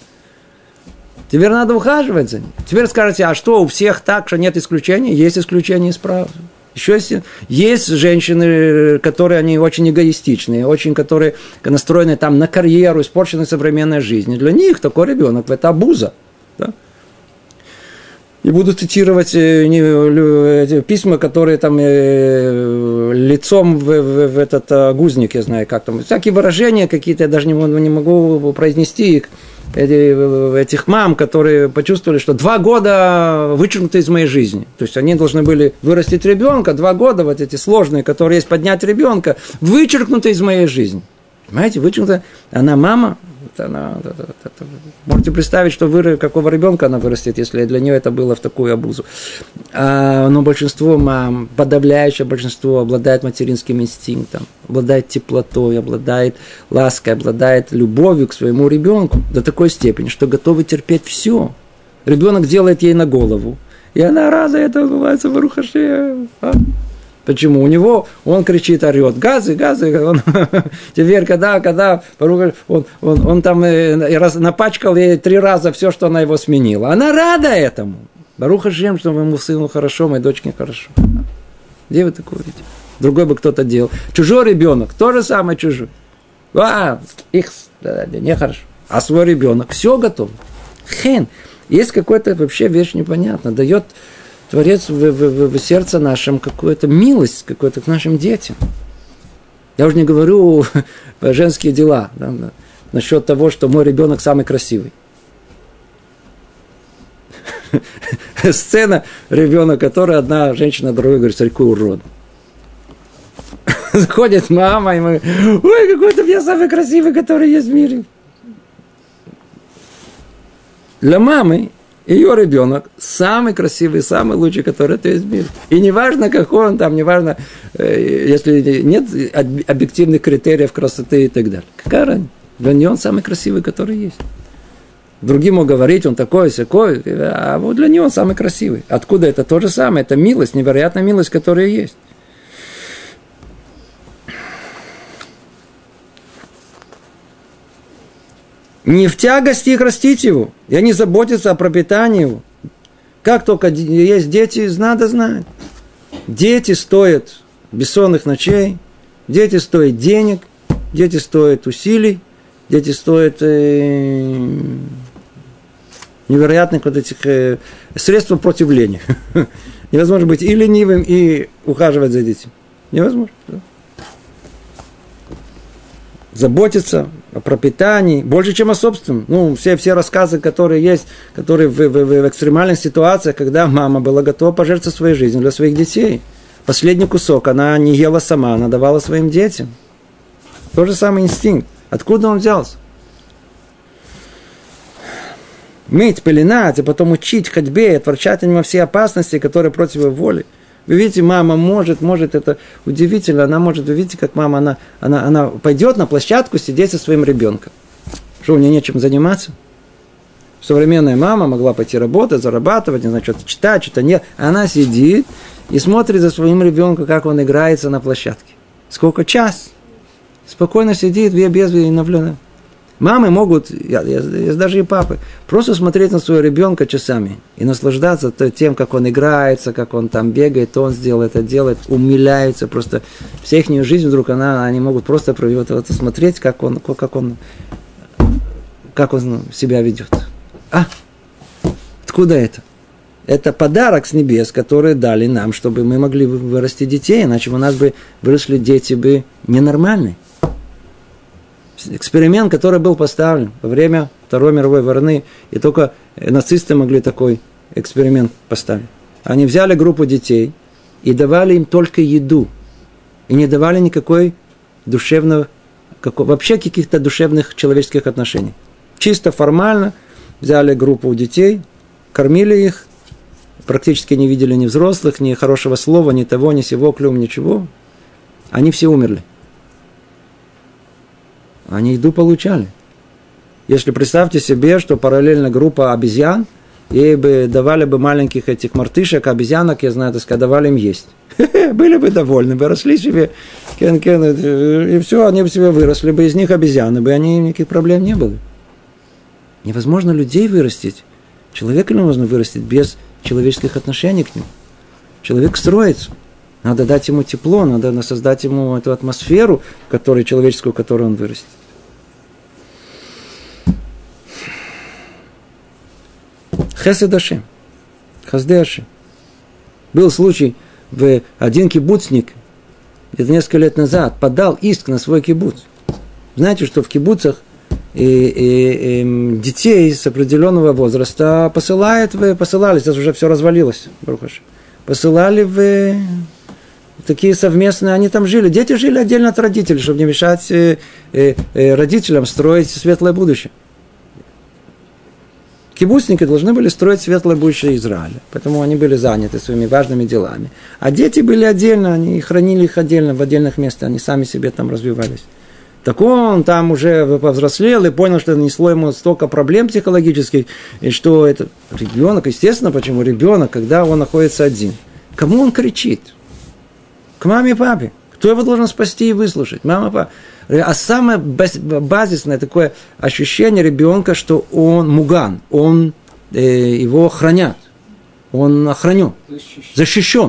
Теперь скажете, а что, у всех так, что нет исключений? Есть исключения из правил. Еще есть женщины, которые они очень эгоистичные, которые настроены там на карьеру, испорчены современной жизнью. Для них такой ребенок – это абуза. Да? И буду цитировать письма, которые там лицом в этот гузник, я знаю, как там. Всякие выражения какие-то, я даже не могу произнести их. Этих мам, которые почувствовали, что 2 года вычеркнуты из моей жизни. То есть они должны были вырастить ребенка, 2 года, вот эти сложные, которые есть поднять ребенка, вычеркнуты из моей жизни. Понимаете, вычеркнута. Она мама, можете представить, что какого ребенка она вырастет, если для нее это было в такую абузу. Но большинство мам, подавляющее большинство, обладает материнским инстинктом, обладает теплотой, обладает лаской, обладает любовью к своему ребенку до такой степени, что готовы терпеть все. Ребенок делает ей на голову, и она рада, это называется Барух Ашем. Почему? У него, он кричит, орет, газы, он, теперь, когда он там напачкал ей 3 раза все, что она его сменила. Она рада этому. Барух Ашем, что моему сыну хорошо, моей дочке хорошо. Где вы такое видите? Другой бы кто-то делал. Чужой ребенок, то же самое чужой. Нехорошо. А свой ребенок, все готово. Есть какая-то вообще вещь непонятная. Дает Творец в сердце нашем какую-то милость, какую-то к нашим детям. Я уже не говорю женские дела, насчет того, что мой ребенок самый красивый. Сцена ребенок, который одна женщина другой говорит, какой урод. Заходит мама, и мы, ой, какой-то я самый красивый, который есть в мире. Для мамы ее ребенок самый красивый, самый лучший, который есть в мире. И неважно, какой он там, неважно, если нет объективных критериев красоты и так далее. Какая разница? Для нее он самый красивый, который есть. Другим ему говорить, он такой, сякой, а вот для него он самый красивый. Откуда это? То же самое, это милость, невероятная милость, которая есть. Не в тягости их растить его, и они заботятся о пропитании его. Как только есть дети, надо знать. Дети стоят бессонных ночей, дети стоят денег, дети стоят усилий, дети стоят невероятных вот этих средств против лени. Невозможно быть и ленивым, и ухаживать за детьми. Невозможно. Да? Заботиться о пропитании, больше, чем о собственном. Все рассказы, которые есть, которые в экстремальных ситуациях, когда мама была готова пожертвовать своей жизнью для своих детей. Последний кусок она не ела сама, она давала своим детям. Тот же самый инстинкт. Откуда он взялся? Мыть, пеленать, и потом учить ходьбе и отвращать от него все опасности, которые против его воли. Вы видите, мама может, это удивительно, она может, вы видите, как мама, она пойдет на площадку сидеть со своим ребенком. Что, у нее нечем заниматься? Современная мама могла пойти работать, зарабатывать, не знаю, что-то читать, что-то нет. Она сидит и смотрит за своим ребенком, как он играется на площадке. Сколько? Час. Спокойно сидит, без наблюдения. Мамы могут, даже и папы, просто смотреть на своего ребенка часами и наслаждаться тем, как он играется, как он там бегает, то он сделал это, делает, умиляются. Просто вся их жизнь вдруг, они могут просто смотреть, как он себя ведет. Откуда это? Это подарок с небес, который дали нам, чтобы мы могли вырасти детей, иначе у нас бы выросли дети бы ненормальные. Эксперимент, который был поставлен во время Второй мировой войны, и только нацисты могли такой эксперимент поставить. Они взяли группу детей и давали им только еду, и не давали никакой вообще каких-то душевных человеческих отношений. Чисто формально взяли группу детей, кормили их, практически не видели ни взрослых, ни хорошего слова, ни того, ни сего, клюм, ничего. Они все умерли. Они еду получали. Если представьте себе, что параллельно группа обезьян, ей бы давали бы маленьких этих мартышек, обезьянок, я знаю, так сказать, давали им есть. Были бы довольны, бы росли себе, и все, они бы себе выросли бы, из них обезьяны бы, никаких проблем не было. Невозможно людей вырастить. Человека невозможно вырастить без человеческих отношений к нему. Человек строится. Надо дать ему тепло, надо создать ему эту атмосферу, человеческую, которую он вырастет. Хесед Ашем. Хаздей Ашем. Был случай, один кибуцник где-то несколько лет назад подал иск на свой кибуц. Знаете, что в кибуцах детей с определенного возраста посылали, сейчас уже все развалилось, посылали в такие совместные, они там жили. Дети жили отдельно от родителей, чтобы не мешать родителям строить светлое будущее. Кибуцники должны были строить светлое будущее Израиля, поэтому они были заняты своими важными делами. А дети были отдельно, они хранили их отдельно, в отдельных местах, они сами себе там развивались. Так он там уже повзрослел и понял, что нанесло ему столько проблем психологических, и что это ребенок, естественно, почему ребенок, когда он находится один, кому он кричит? К маме и папе. Кто его должен спасти и выслушать? Мама, папа. А самое базисное такое ощущение ребенка, что он муган, его хранят, он охранен, защищен.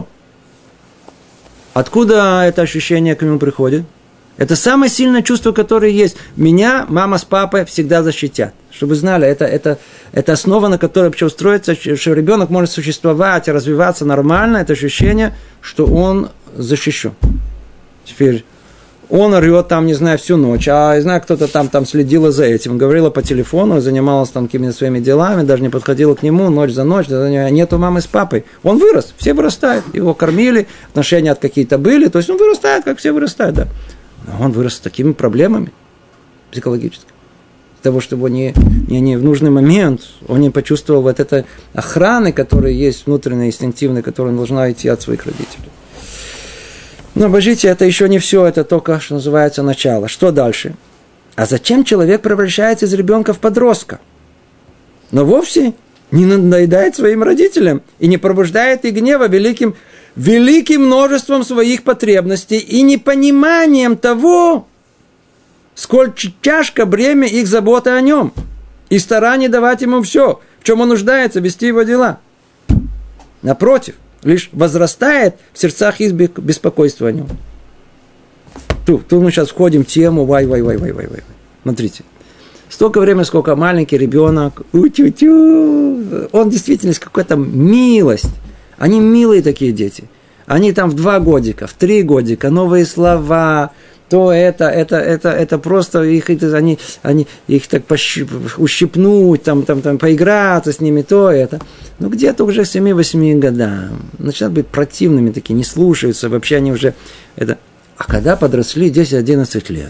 Откуда это ощущение к нему приходит? Это самое сильное чувство, которое есть. Меня мама с папой всегда защитят. Чтобы вы знали, это основа, на которой вообще устроится, что ребенок может существовать и развиваться нормально. Это ощущение, что он защищен. Теперь он орет там, не знаю, всю ночь, а я знаю, кто-то там следила за этим, говорила по телефону, занималась там какими-то своими делами, даже не подходила к нему ночь за ночь, нету мамы с папой. Он вырос, все вырастают, его кормили, отношения какие-то были, то есть он вырастает, как все вырастают, да. Но он вырос с такими проблемами психологическими. Из-за того, что его не в нужный момент, он не почувствовал вот этой охраны, которая есть внутренняя, инстинктивная, которая должна идти от своих родителей. Но, обождите, это еще не все, это только, что называется, начало. Что дальше? А зачем человек превращается из ребенка в подростка? Но вовсе не надоедает своим родителям и не пробуждает их гнева великим множеством своих потребностей и непониманием того, сколь тяжко бремя их заботы о нем и старание давать ему все, в чем он нуждается, вести его дела. Напротив, лишь возрастает в сердцах их беспокойство о нем. Тут мы сейчас входим в тему вай. Смотрите. Столько времени, сколько маленький ребенок, он действительно есть какая-то милость. Они милые такие дети. Они там в 2 годика, в 3 годика, новые слова, то это просто их так ущипнуть, там поиграться с ними, то это. Но где-то уже к 7-8 годам начинают быть противными такие, не слушаются, вообще они уже это. А когда подросли 10-11 лет,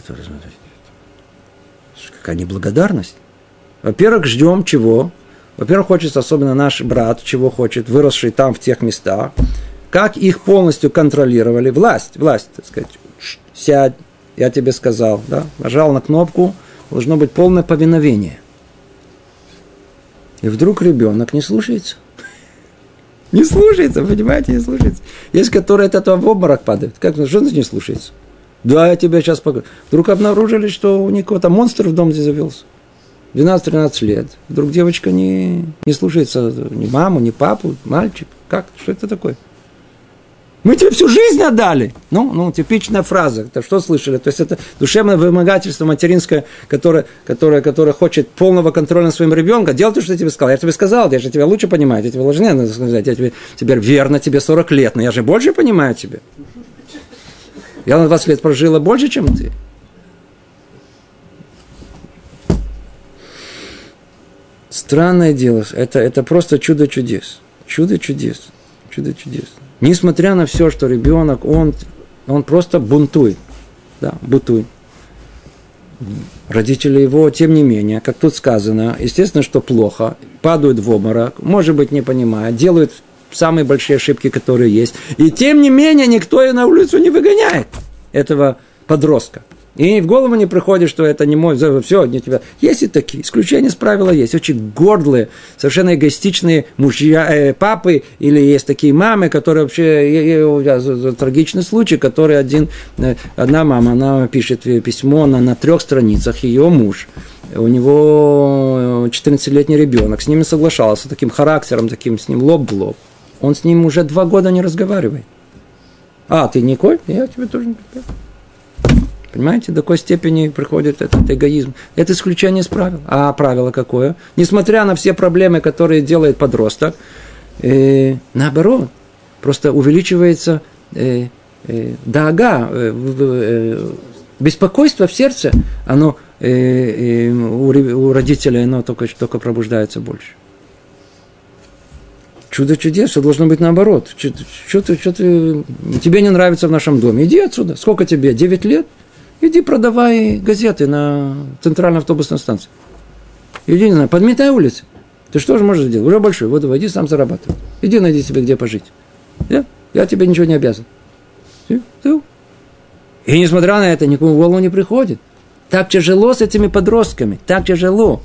какая неблагодарность. Во-первых, ждем чего? Во-первых, хочется, особенно наш брат, чего хочет, выросший там в тех местах, как их полностью контролировали. Власть, так сказать, сядь, я тебе сказал, да, нажал на кнопку, должно быть полное повиновение. И вдруг ребенок не слушается. Не слушается, понимаете, не слушается. Есть, которые от этого в обморок падают. Что значит не слушается? Да, я тебе сейчас покажу. Вдруг обнаружили, что у них какой-то монстр в доме завелся. 12-13 лет. Вдруг девочка не слушается ни маму, ни папу, мальчик. Как? Что это такое? Мы тебе всю жизнь отдали. Ну, типичная фраза. Это что слышали? То есть, это душевное вымогательство материнское, которое хочет полного контроля над своим ребенком. Делай то, что я тебе сказал. Я тебе сказал, я же тебя лучше понимаю. Я тебе должен сказать. Я тебе теперь верно, тебе 40 лет, но я же больше понимаю тебя. Я на 20 лет прожила больше, чем ты. Странное дело. Это просто чудо чудес. Чудо чудес. Чудо чудес. Несмотря на все, что ребенок, он просто бунтует. Да, бунтует. Родители его, тем не менее, как тут сказано, естественно, что плохо, падают в обморок, может быть, не понимают, делают самые большие ошибки, которые есть. И тем не менее, никто ее на улицу не выгоняет, этого подростка. И в голову не приходит, что это не мой, все, не тебя. Есть и такие, исключения из правила есть. Очень гордлые, совершенно эгоистичные мужья, папы, или есть такие мамы, которые вообще, трагичный случай, который одна мама, она пишет письмо на 3 страницах, ее муж, у него 14-летний ребенок, с ним соглашался, таким характером, таким с ним лоб в лоб. Он с ним уже 2 года не разговаривает. А, ты Николь? Я тебе тоже не разговариваю. Понимаете, до какой степени приходит этот эгоизм. Это исключение из правил. А правило какое? Несмотря на все проблемы, которые делает подросток, наоборот, просто увеличивается даага, беспокойство в сердце, оно у родителей оно только пробуждается больше. Чудо чудес, все должно быть наоборот. Что тебе не нравится в нашем доме? Иди отсюда. Сколько тебе? 9 лет? Иди продавай газеты на центральной автобусной станции. Иди, не знаю, подметай улицы. Ты что же можешь сделать? Уже большой. Вот давай, иди сам зарабатывай. Иди найди себе где пожить. Я тебе ничего не обязан. И несмотря на это, никому в голову не приходит. Так тяжело с этими подростками. Так тяжело.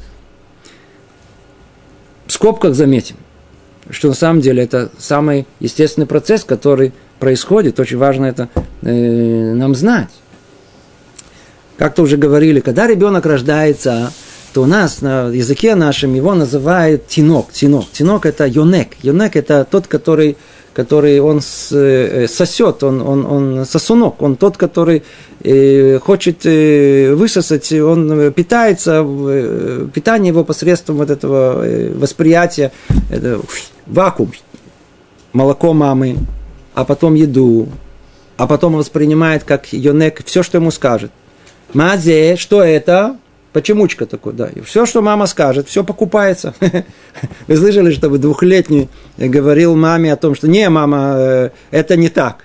В скобках заметим, что на самом деле это самый естественный процесс, который происходит. Очень важно это нам знать. Как-то уже говорили, когда ребенок рождается, то у нас на языке нашем его называют тинок. Тинок это йонек. Йонек это тот, который он сосет, он сосунок, он тот, который хочет высосать, он питается, питание его посредством вот этого восприятия, это вакуум, молоко мамы, а потом еду, а потом он воспринимает как йонек все, что ему скажет. Мазе, что это? Почемучка такой, да. И все, что мама скажет, все покупается. Вы слышали, чтобы 2-летний говорил маме о том, что не, мама, это не так.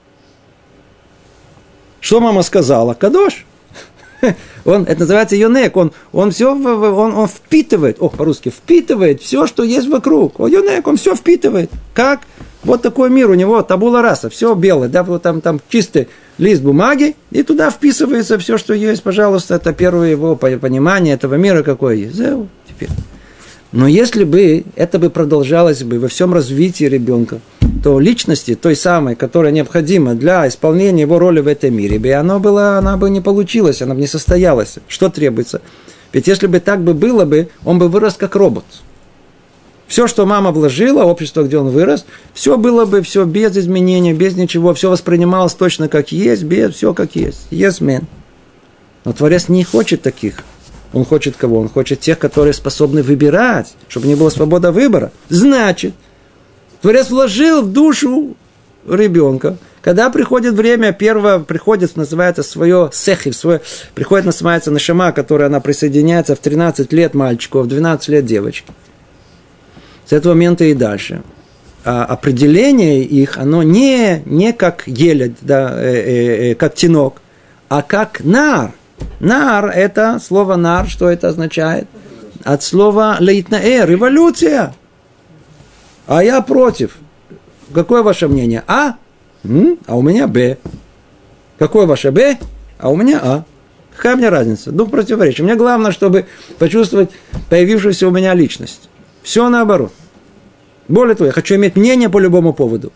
Что мама сказала? Кадош. Это называется йонек. Он впитывает, по-русски, впитывает все, что есть вокруг. Йонек, он все впитывает. Как? Вот такой мир у него, табула раса, все белое, да, вот там чистый лист бумаги, и туда вписывается все, что есть, пожалуйста, это первое его понимание этого мира, какое есть. Теперь. Но если бы это бы продолжалось бы во всем развитии ребенка, то личности, той самой, которая необходима для исполнения его роли в этом мире, она бы не получилась, она бы не состоялась. Что требуется? Ведь если бы так бы было бы, он бы вырос как робот. Все, что мама вложила, общество, где он вырос, все было бы, все без изменения, без ничего, все воспринималось точно как есть, без, все как есть. Yes, man. Но Творец не хочет таких. Он хочет кого? Он хочет тех, которые способны выбирать, чтобы не было свободы выбора. Значит, Творец вложил в душу ребенка. Когда приходит время, первое приходит, называется свое сехи, приходит, называется нешама, которая она присоединяется в 13 лет мальчику, в 12 лет девочке. С этого момента и дальше. А определение их, оно не как еле, да, как тинок, а как нар. Нар – это слово нар, что это означает? От слова лейтнаэ, революция. А я против. Какое ваше мнение? А? А у меня Б. Какое ваше Б? А у меня А. Какая мне разница? Дух противоречия. Мне главное, чтобы почувствовать появившуюся у меня личность. Все наоборот. Более того, я хочу иметь мнение по любому поводу.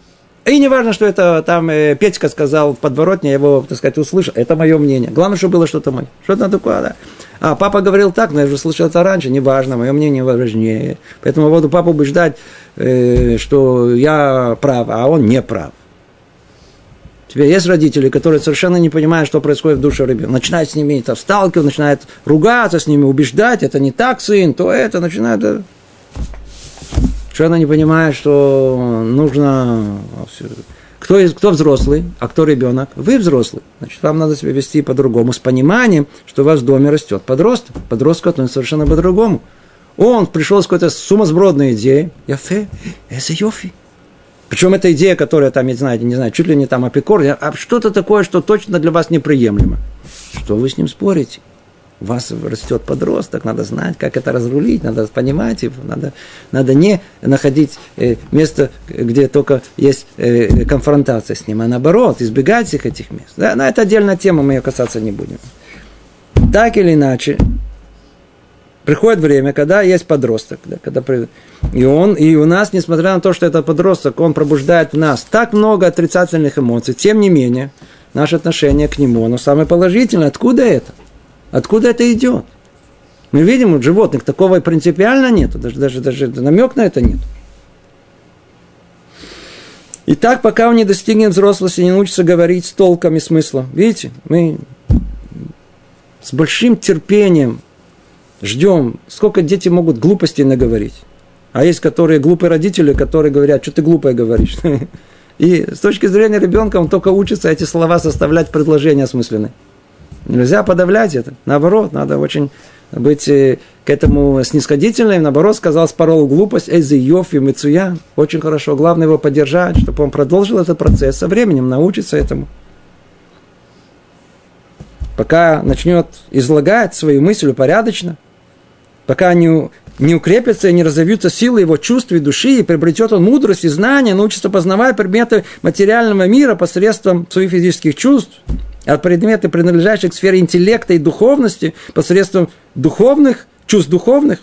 И не важно, что это там Петька сказал в подворотне, я его, так сказать, услышал. Это мое мнение. Главное, что было что-то мое. Что-то такое, да. А папа говорил так, но я же слышал это раньше, не важно, мое мнение важнее. Поэтому я буду папу убеждать, что я прав, а он не прав. Теперь есть родители, которые совершенно не понимают, что происходит в душе ребенка. Начинают с ними сталкиваться, начинают ругаться с ними, убеждать, это не так, сын, то это, начинают... Совершенно не понимает, что нужно... Кто взрослый, а кто ребенок? Вы взрослый. Значит, вам надо себя вести по-другому, с пониманием, что у вас в доме растет подросток. Подросток относится совершенно по-другому. Он пришел с какой-то сумасбродной идеей. Яфе, это йофи. Причем эта идея, которая там, не знаю, чуть ли не там апикор, а что-то такое, что точно для вас неприемлемо. Что вы с ним спорите? У вас растет подросток, надо знать, как это разрулить, надо понимать его, надо не находить место, где только есть конфронтация с ним, а наоборот, избегать всех этих мест. Да, но это отдельная тема, мы ее касаться не будем. Так или иначе, приходит время, когда есть подросток, да, и у нас, несмотря на то, что это подросток, он пробуждает в нас так много отрицательных эмоций, тем не менее, наше отношение к нему, оно самое положительное. Откуда это? Откуда это идет? Мы видим, у животных такого принципиально нет, даже намек на это нет. И так, пока он не достигнет взрослости, не научится говорить с толком и смыслом. Видите, мы с большим терпением ждем, сколько дети могут глупостей наговорить. А есть глупые родители, которые говорят, что ты глупое говоришь. И с точки зрения ребенка он только учится эти слова составлять предложения осмысленные. Нельзя подавлять это. Наоборот, надо очень быть к этому снисходительным. Наоборот, сказал спорол глупость, эйзи йофи мицуян. Очень хорошо. Главное его поддержать, чтобы он продолжил этот процесс. Со временем научится этому. Пока начнет излагать свою мысль упорядоченно, пока не укрепятся и не разовьются силы его чувств и души, и приобретет он мудрость и знания, научится познавать предметы материального мира посредством своих физических чувств, а предметы, принадлежащие к сфере интеллекта и духовности, посредством духовных, чувств духовных.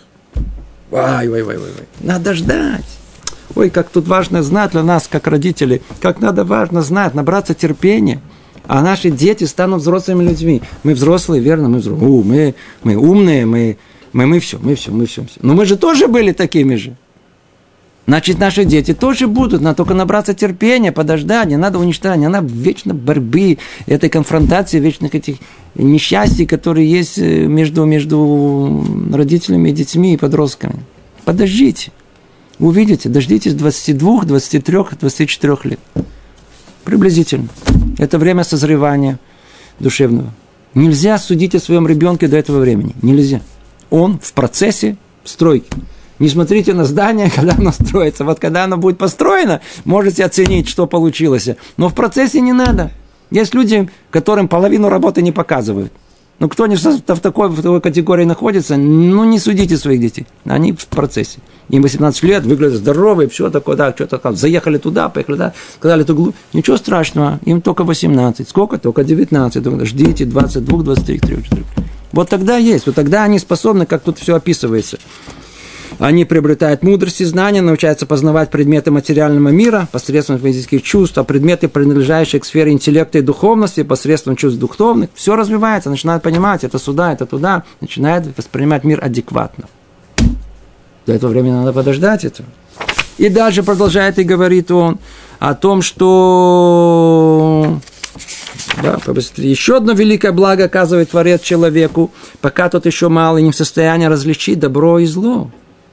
Надо ждать. Ой, как тут важно знать для нас, как родителей, как надо важно знать, набраться терпения. А наши дети станут взрослыми людьми. Мы взрослые, верно, мы взрослые. Мы умные, мы все. Но мы же тоже были такими же. Значит, наши дети тоже будут, надо только набраться терпения, подождать, не надо уничтожать, не надо вечно борьбы, этой конфронтации, вечных этих несчастий, которые есть между родителями и детьми и подростками. Подождите, увидите, дождитесь 22, 23, 24 лет. Приблизительно. Это время созревания душевного. Нельзя судить о своем ребенке до этого времени. Нельзя. Он в процессе стройки. Не смотрите на здание, когда оно строится. Вот когда оно будет построено, можете оценить, что получилось. Но в процессе не надо. Есть люди, которым половину работы не показывают. Но кто не в такой категории находится, не судите своих детей. Они в процессе. Им 18 лет, выглядят здоровые, все такое, да, что-то там, заехали туда, поехали туда, сказали эту глупость. Ничего страшного, им только 18. Сколько? Только 19. Ждите 22, 23, 34. Вот тогда есть, вот тогда они способны, как тут все описывается. Они приобретают мудрость и знания, научаются познавать предметы материального мира посредством физических чувств, а предметы, принадлежащие к сфере интеллекта и духовности, посредством чувств духовных. Все развивается, начинают понимать, это сюда, это туда, начинают воспринимать мир адекватно. До этого времени надо подождать этого. И дальше продолжает и говорит он о том, что... Да, еще одно великое благо оказывает Творец человеку, пока тот еще мал и не в состоянии различить добро и зло.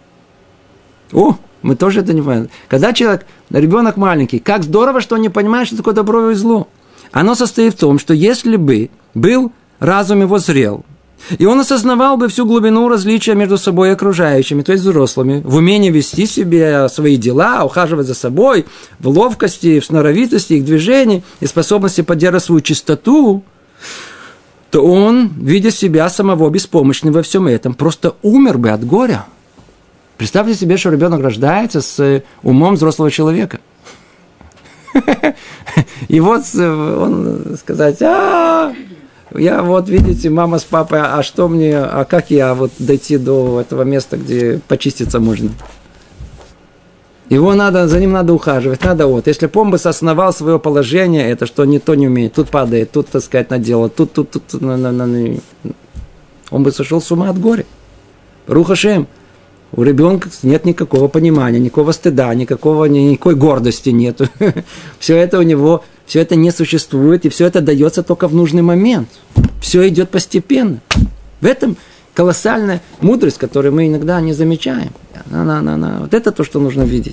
Мы тоже это не понимаем. Когда ребенок маленький, как здорово, что он не понимает, что такое добро и зло. Оно состоит в том, что если бы был разум его зрел, и он осознавал бы всю глубину различия между собой и окружающими, то есть взрослыми, в умении вести себе свои дела, ухаживать за собой, в ловкости, в сноровитости их движений и способности поддерживать свою чистоту, то он, видя себя самого беспомощным во всем этом, просто умер бы от горя. Представьте себе, что ребенок рождается с умом взрослого человека. И вот он сказать, я вот, видите, мама с папой, а что мне, а как я вот дойти до этого места, где почиститься можно? За ним надо ухаживать, надо вот. Если Помбас основал свое положение, это что никто не умеет. Тут падает, тут, так сказать, наделал, тут. Он бы сошел с ума от горя. Рух Ашем. У ребенка нет никакого понимания, никакого стыда, никакой гордости нет. Все это у него, все это не существует, и все это дается только в нужный момент. Все идет постепенно. В этом колоссальная мудрость, которую мы иногда не замечаем. Вот это то, что нужно видеть.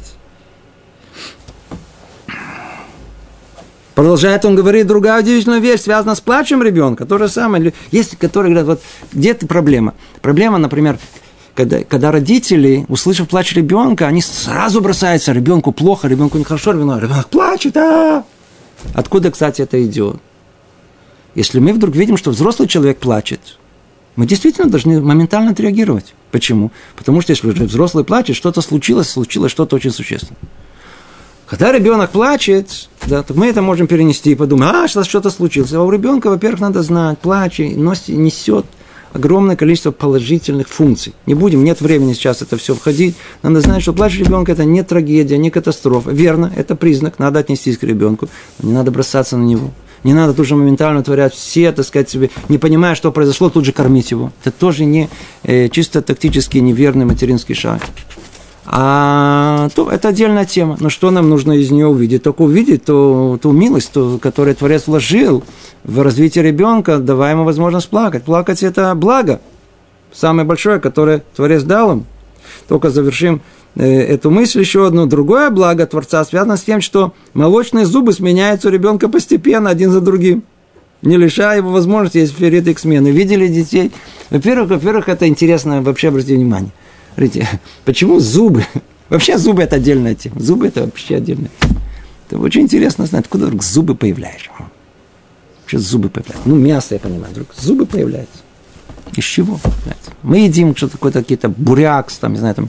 Продолжает он говорить, другая удивительная вещь, связана с плачем ребенка. То же самое. Есть, которые говорят, вот где-то проблема. Проблема, например, когда родители, услышав плач ребенка, они сразу бросаются, ребенку плохо, ребенку нехорошо, ребенок плачет. Откуда, кстати, это идет? Если мы вдруг видим, что взрослый человек плачет, мы действительно должны моментально отреагировать. Почему? Потому что если уже взрослый плачет, что-то случилось что-то очень существенное. Когда ребенок плачет, да, то мы это можем перенести и подумать, сейчас что-то случилось. А у ребенка, во-первых, надо знать, плач несет огромное количество положительных функций. Не будем, нет времени сейчас это все входить. Надо знать, что плач ребенка – это не трагедия, не катастрофа. Верно, это признак, надо отнестись к ребенку, но не надо бросаться на него. Не надо тут же моментально творять все, так сказать, себе, не понимая, что произошло, тут же кормить его. Это тоже не чисто тактически неверный материнский шаг. То это отдельная тема. Но что нам нужно из нее увидеть? Только увидеть ту милость, которую Творец вложил в развитие ребенка, давая ему возможность плакать. Плакать – это благо, самое большое, которое Творец дал им. Только завершим эту мысль еще одно. Другое благо Творца связано с тем, что молочные зубы сменяются у ребенка постепенно, один за другим, не лишая его возможности, есть ферит их смены. Видели детей? Во-первых, это интересно, вообще обратите внимание. Смотрите, почему зубы? Вообще зубы – это отдельная тема. Зубы – это вообще отдельная тема. Это очень интересно знать, откуда вдруг зубы появляются. Вообще зубы появляются. Мясо, я понимаю, вдруг зубы появляются. Из чего? Мы едим что-то, какой-то буряк, там, не знаю, там,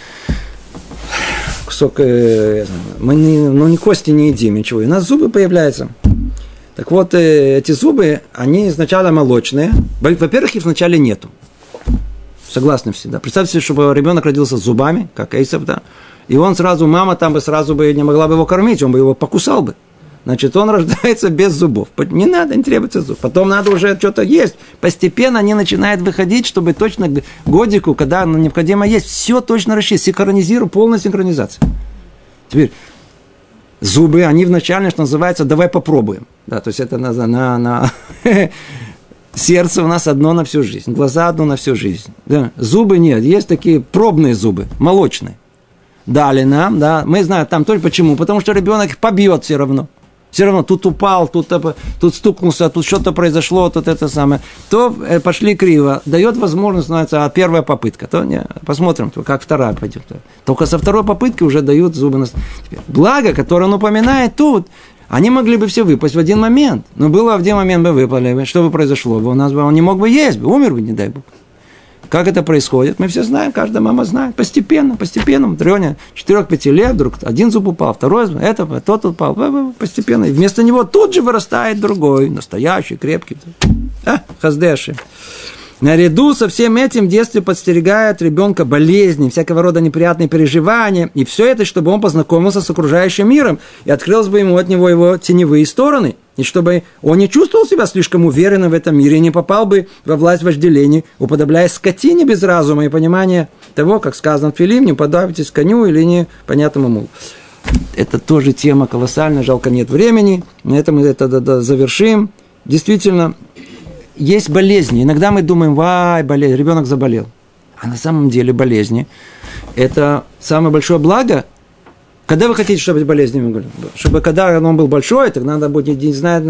кусок, мы не кости не едим, ничего. И у нас зубы появляются. Так вот, эти зубы, они сначала молочные. Во-первых, их вначале нету. Согласны все, да? Представьте себе, чтобы ребенок родился с зубами, как Эйсав, да? И он мама там бы сразу не могла бы его кормить, он бы его покусал бы. Значит, он рождается без зубов. Не надо, не требуется зуб. Потом надо уже что-то есть. Постепенно они начинают выходить, чтобы точно к годику, когда необходимо есть, все точно рассчитать. Полная синхронизация. Теперь, зубы, они вначале, что называется, давай попробуем. Да, то есть, это на сердце у нас одно на всю жизнь, глаза одно на всю жизнь. Да. Зубы нет, есть такие пробные зубы, молочные. Дали нам, да, мы знаем там только почему, потому что ребенок их побьет все равно. Все равно тут упал, тут стукнулся, тут что-то произошло, тут это самое. То пошли криво, дает возможность, становится первая попытка. То не, посмотрим, как вторая пойдет. Только со второй попытки уже дают зубы. Благо, которое он упоминает тут, они могли бы все выпасть в один момент. Но было в один момент бы выпали. Что бы произошло? Он не мог бы есть, умер бы, не дай бог. Как это происходит? Мы все знаем, каждая мама знает. Постепенно, в районе 4-5 лет вдруг один зуб упал, второй, тот упал. Постепенно. И вместо него тут же вырастает другой, настоящий, крепкий. Хаздеши. Наряду со всем этим в детстве подстерегает ребенка болезни, всякого рода неприятные переживания. И все это, чтобы он познакомился с окружающим миром. И открылось бы ему от него его теневые стороны. И чтобы он не чувствовал себя слишком уверенным в этом мире, и не попал бы во власть вожделения, уподобляясь скотине без разума и понимания того, как сказано в Филим, не подавитесь коню или непонятному мулу. Это тоже тема колоссальная, жалко нет времени. На этом мы это завершим. Действительно, есть болезни. Иногда мы думаем, болезнь, ребенок заболел. А на самом деле болезни – это самое большое благо. Когда вы хотите, чтобы болезнь, чтобы когда он был большой, так надо будет не знать,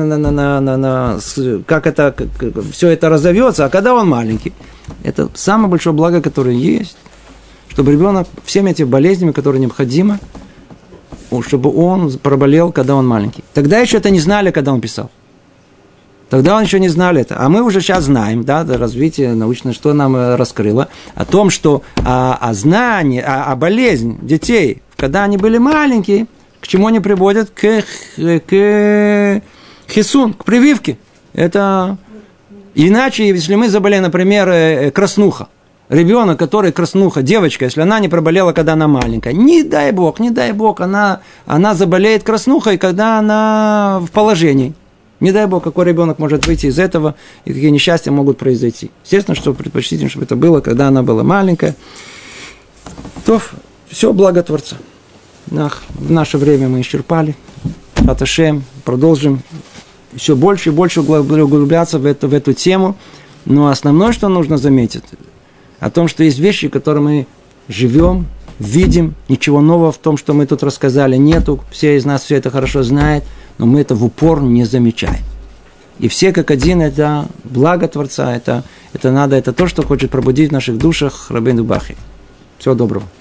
как все это разовьется, а когда он маленький. Это самое большое благо, которое есть, чтобы ребенок всеми этими болезнями, которые необходимы, чтобы он проболел, когда он маленький. Тогда еще это не знали, когда он писал. Тогда он еще не знали это. А мы уже сейчас знаем, да, развитие научное, что нам раскрыло, о том, что знание, болезнь детей, когда они были маленькие, к чему они приводят? К хисун, к прививке. Это иначе, если мы заболели, например, краснуха, ребенок, который краснуха, девочка, если она не проболела, когда она маленькая, не дай бог, она заболеет краснухой, когда она в положении. Не дай бог, какой ребенок может выйти из этого, и какие несчастья могут произойти. Естественно, что предпочтительно, чтобы это было, когда она была маленькая. То все благо Творца. В наше время мы исчерпали. Аташем, продолжим еще больше и больше углубляться в эту тему. Но основное, что нужно заметить, о том, что есть вещи, которые мы живем, видим, ничего нового в том, что мы тут рассказали, нету. Все из нас все это хорошо знают, но мы это в упор не замечаем. И все как один, это благо Творца, это то, что хочет пробудить в наших душах Рабейну Бахи. Всего доброго.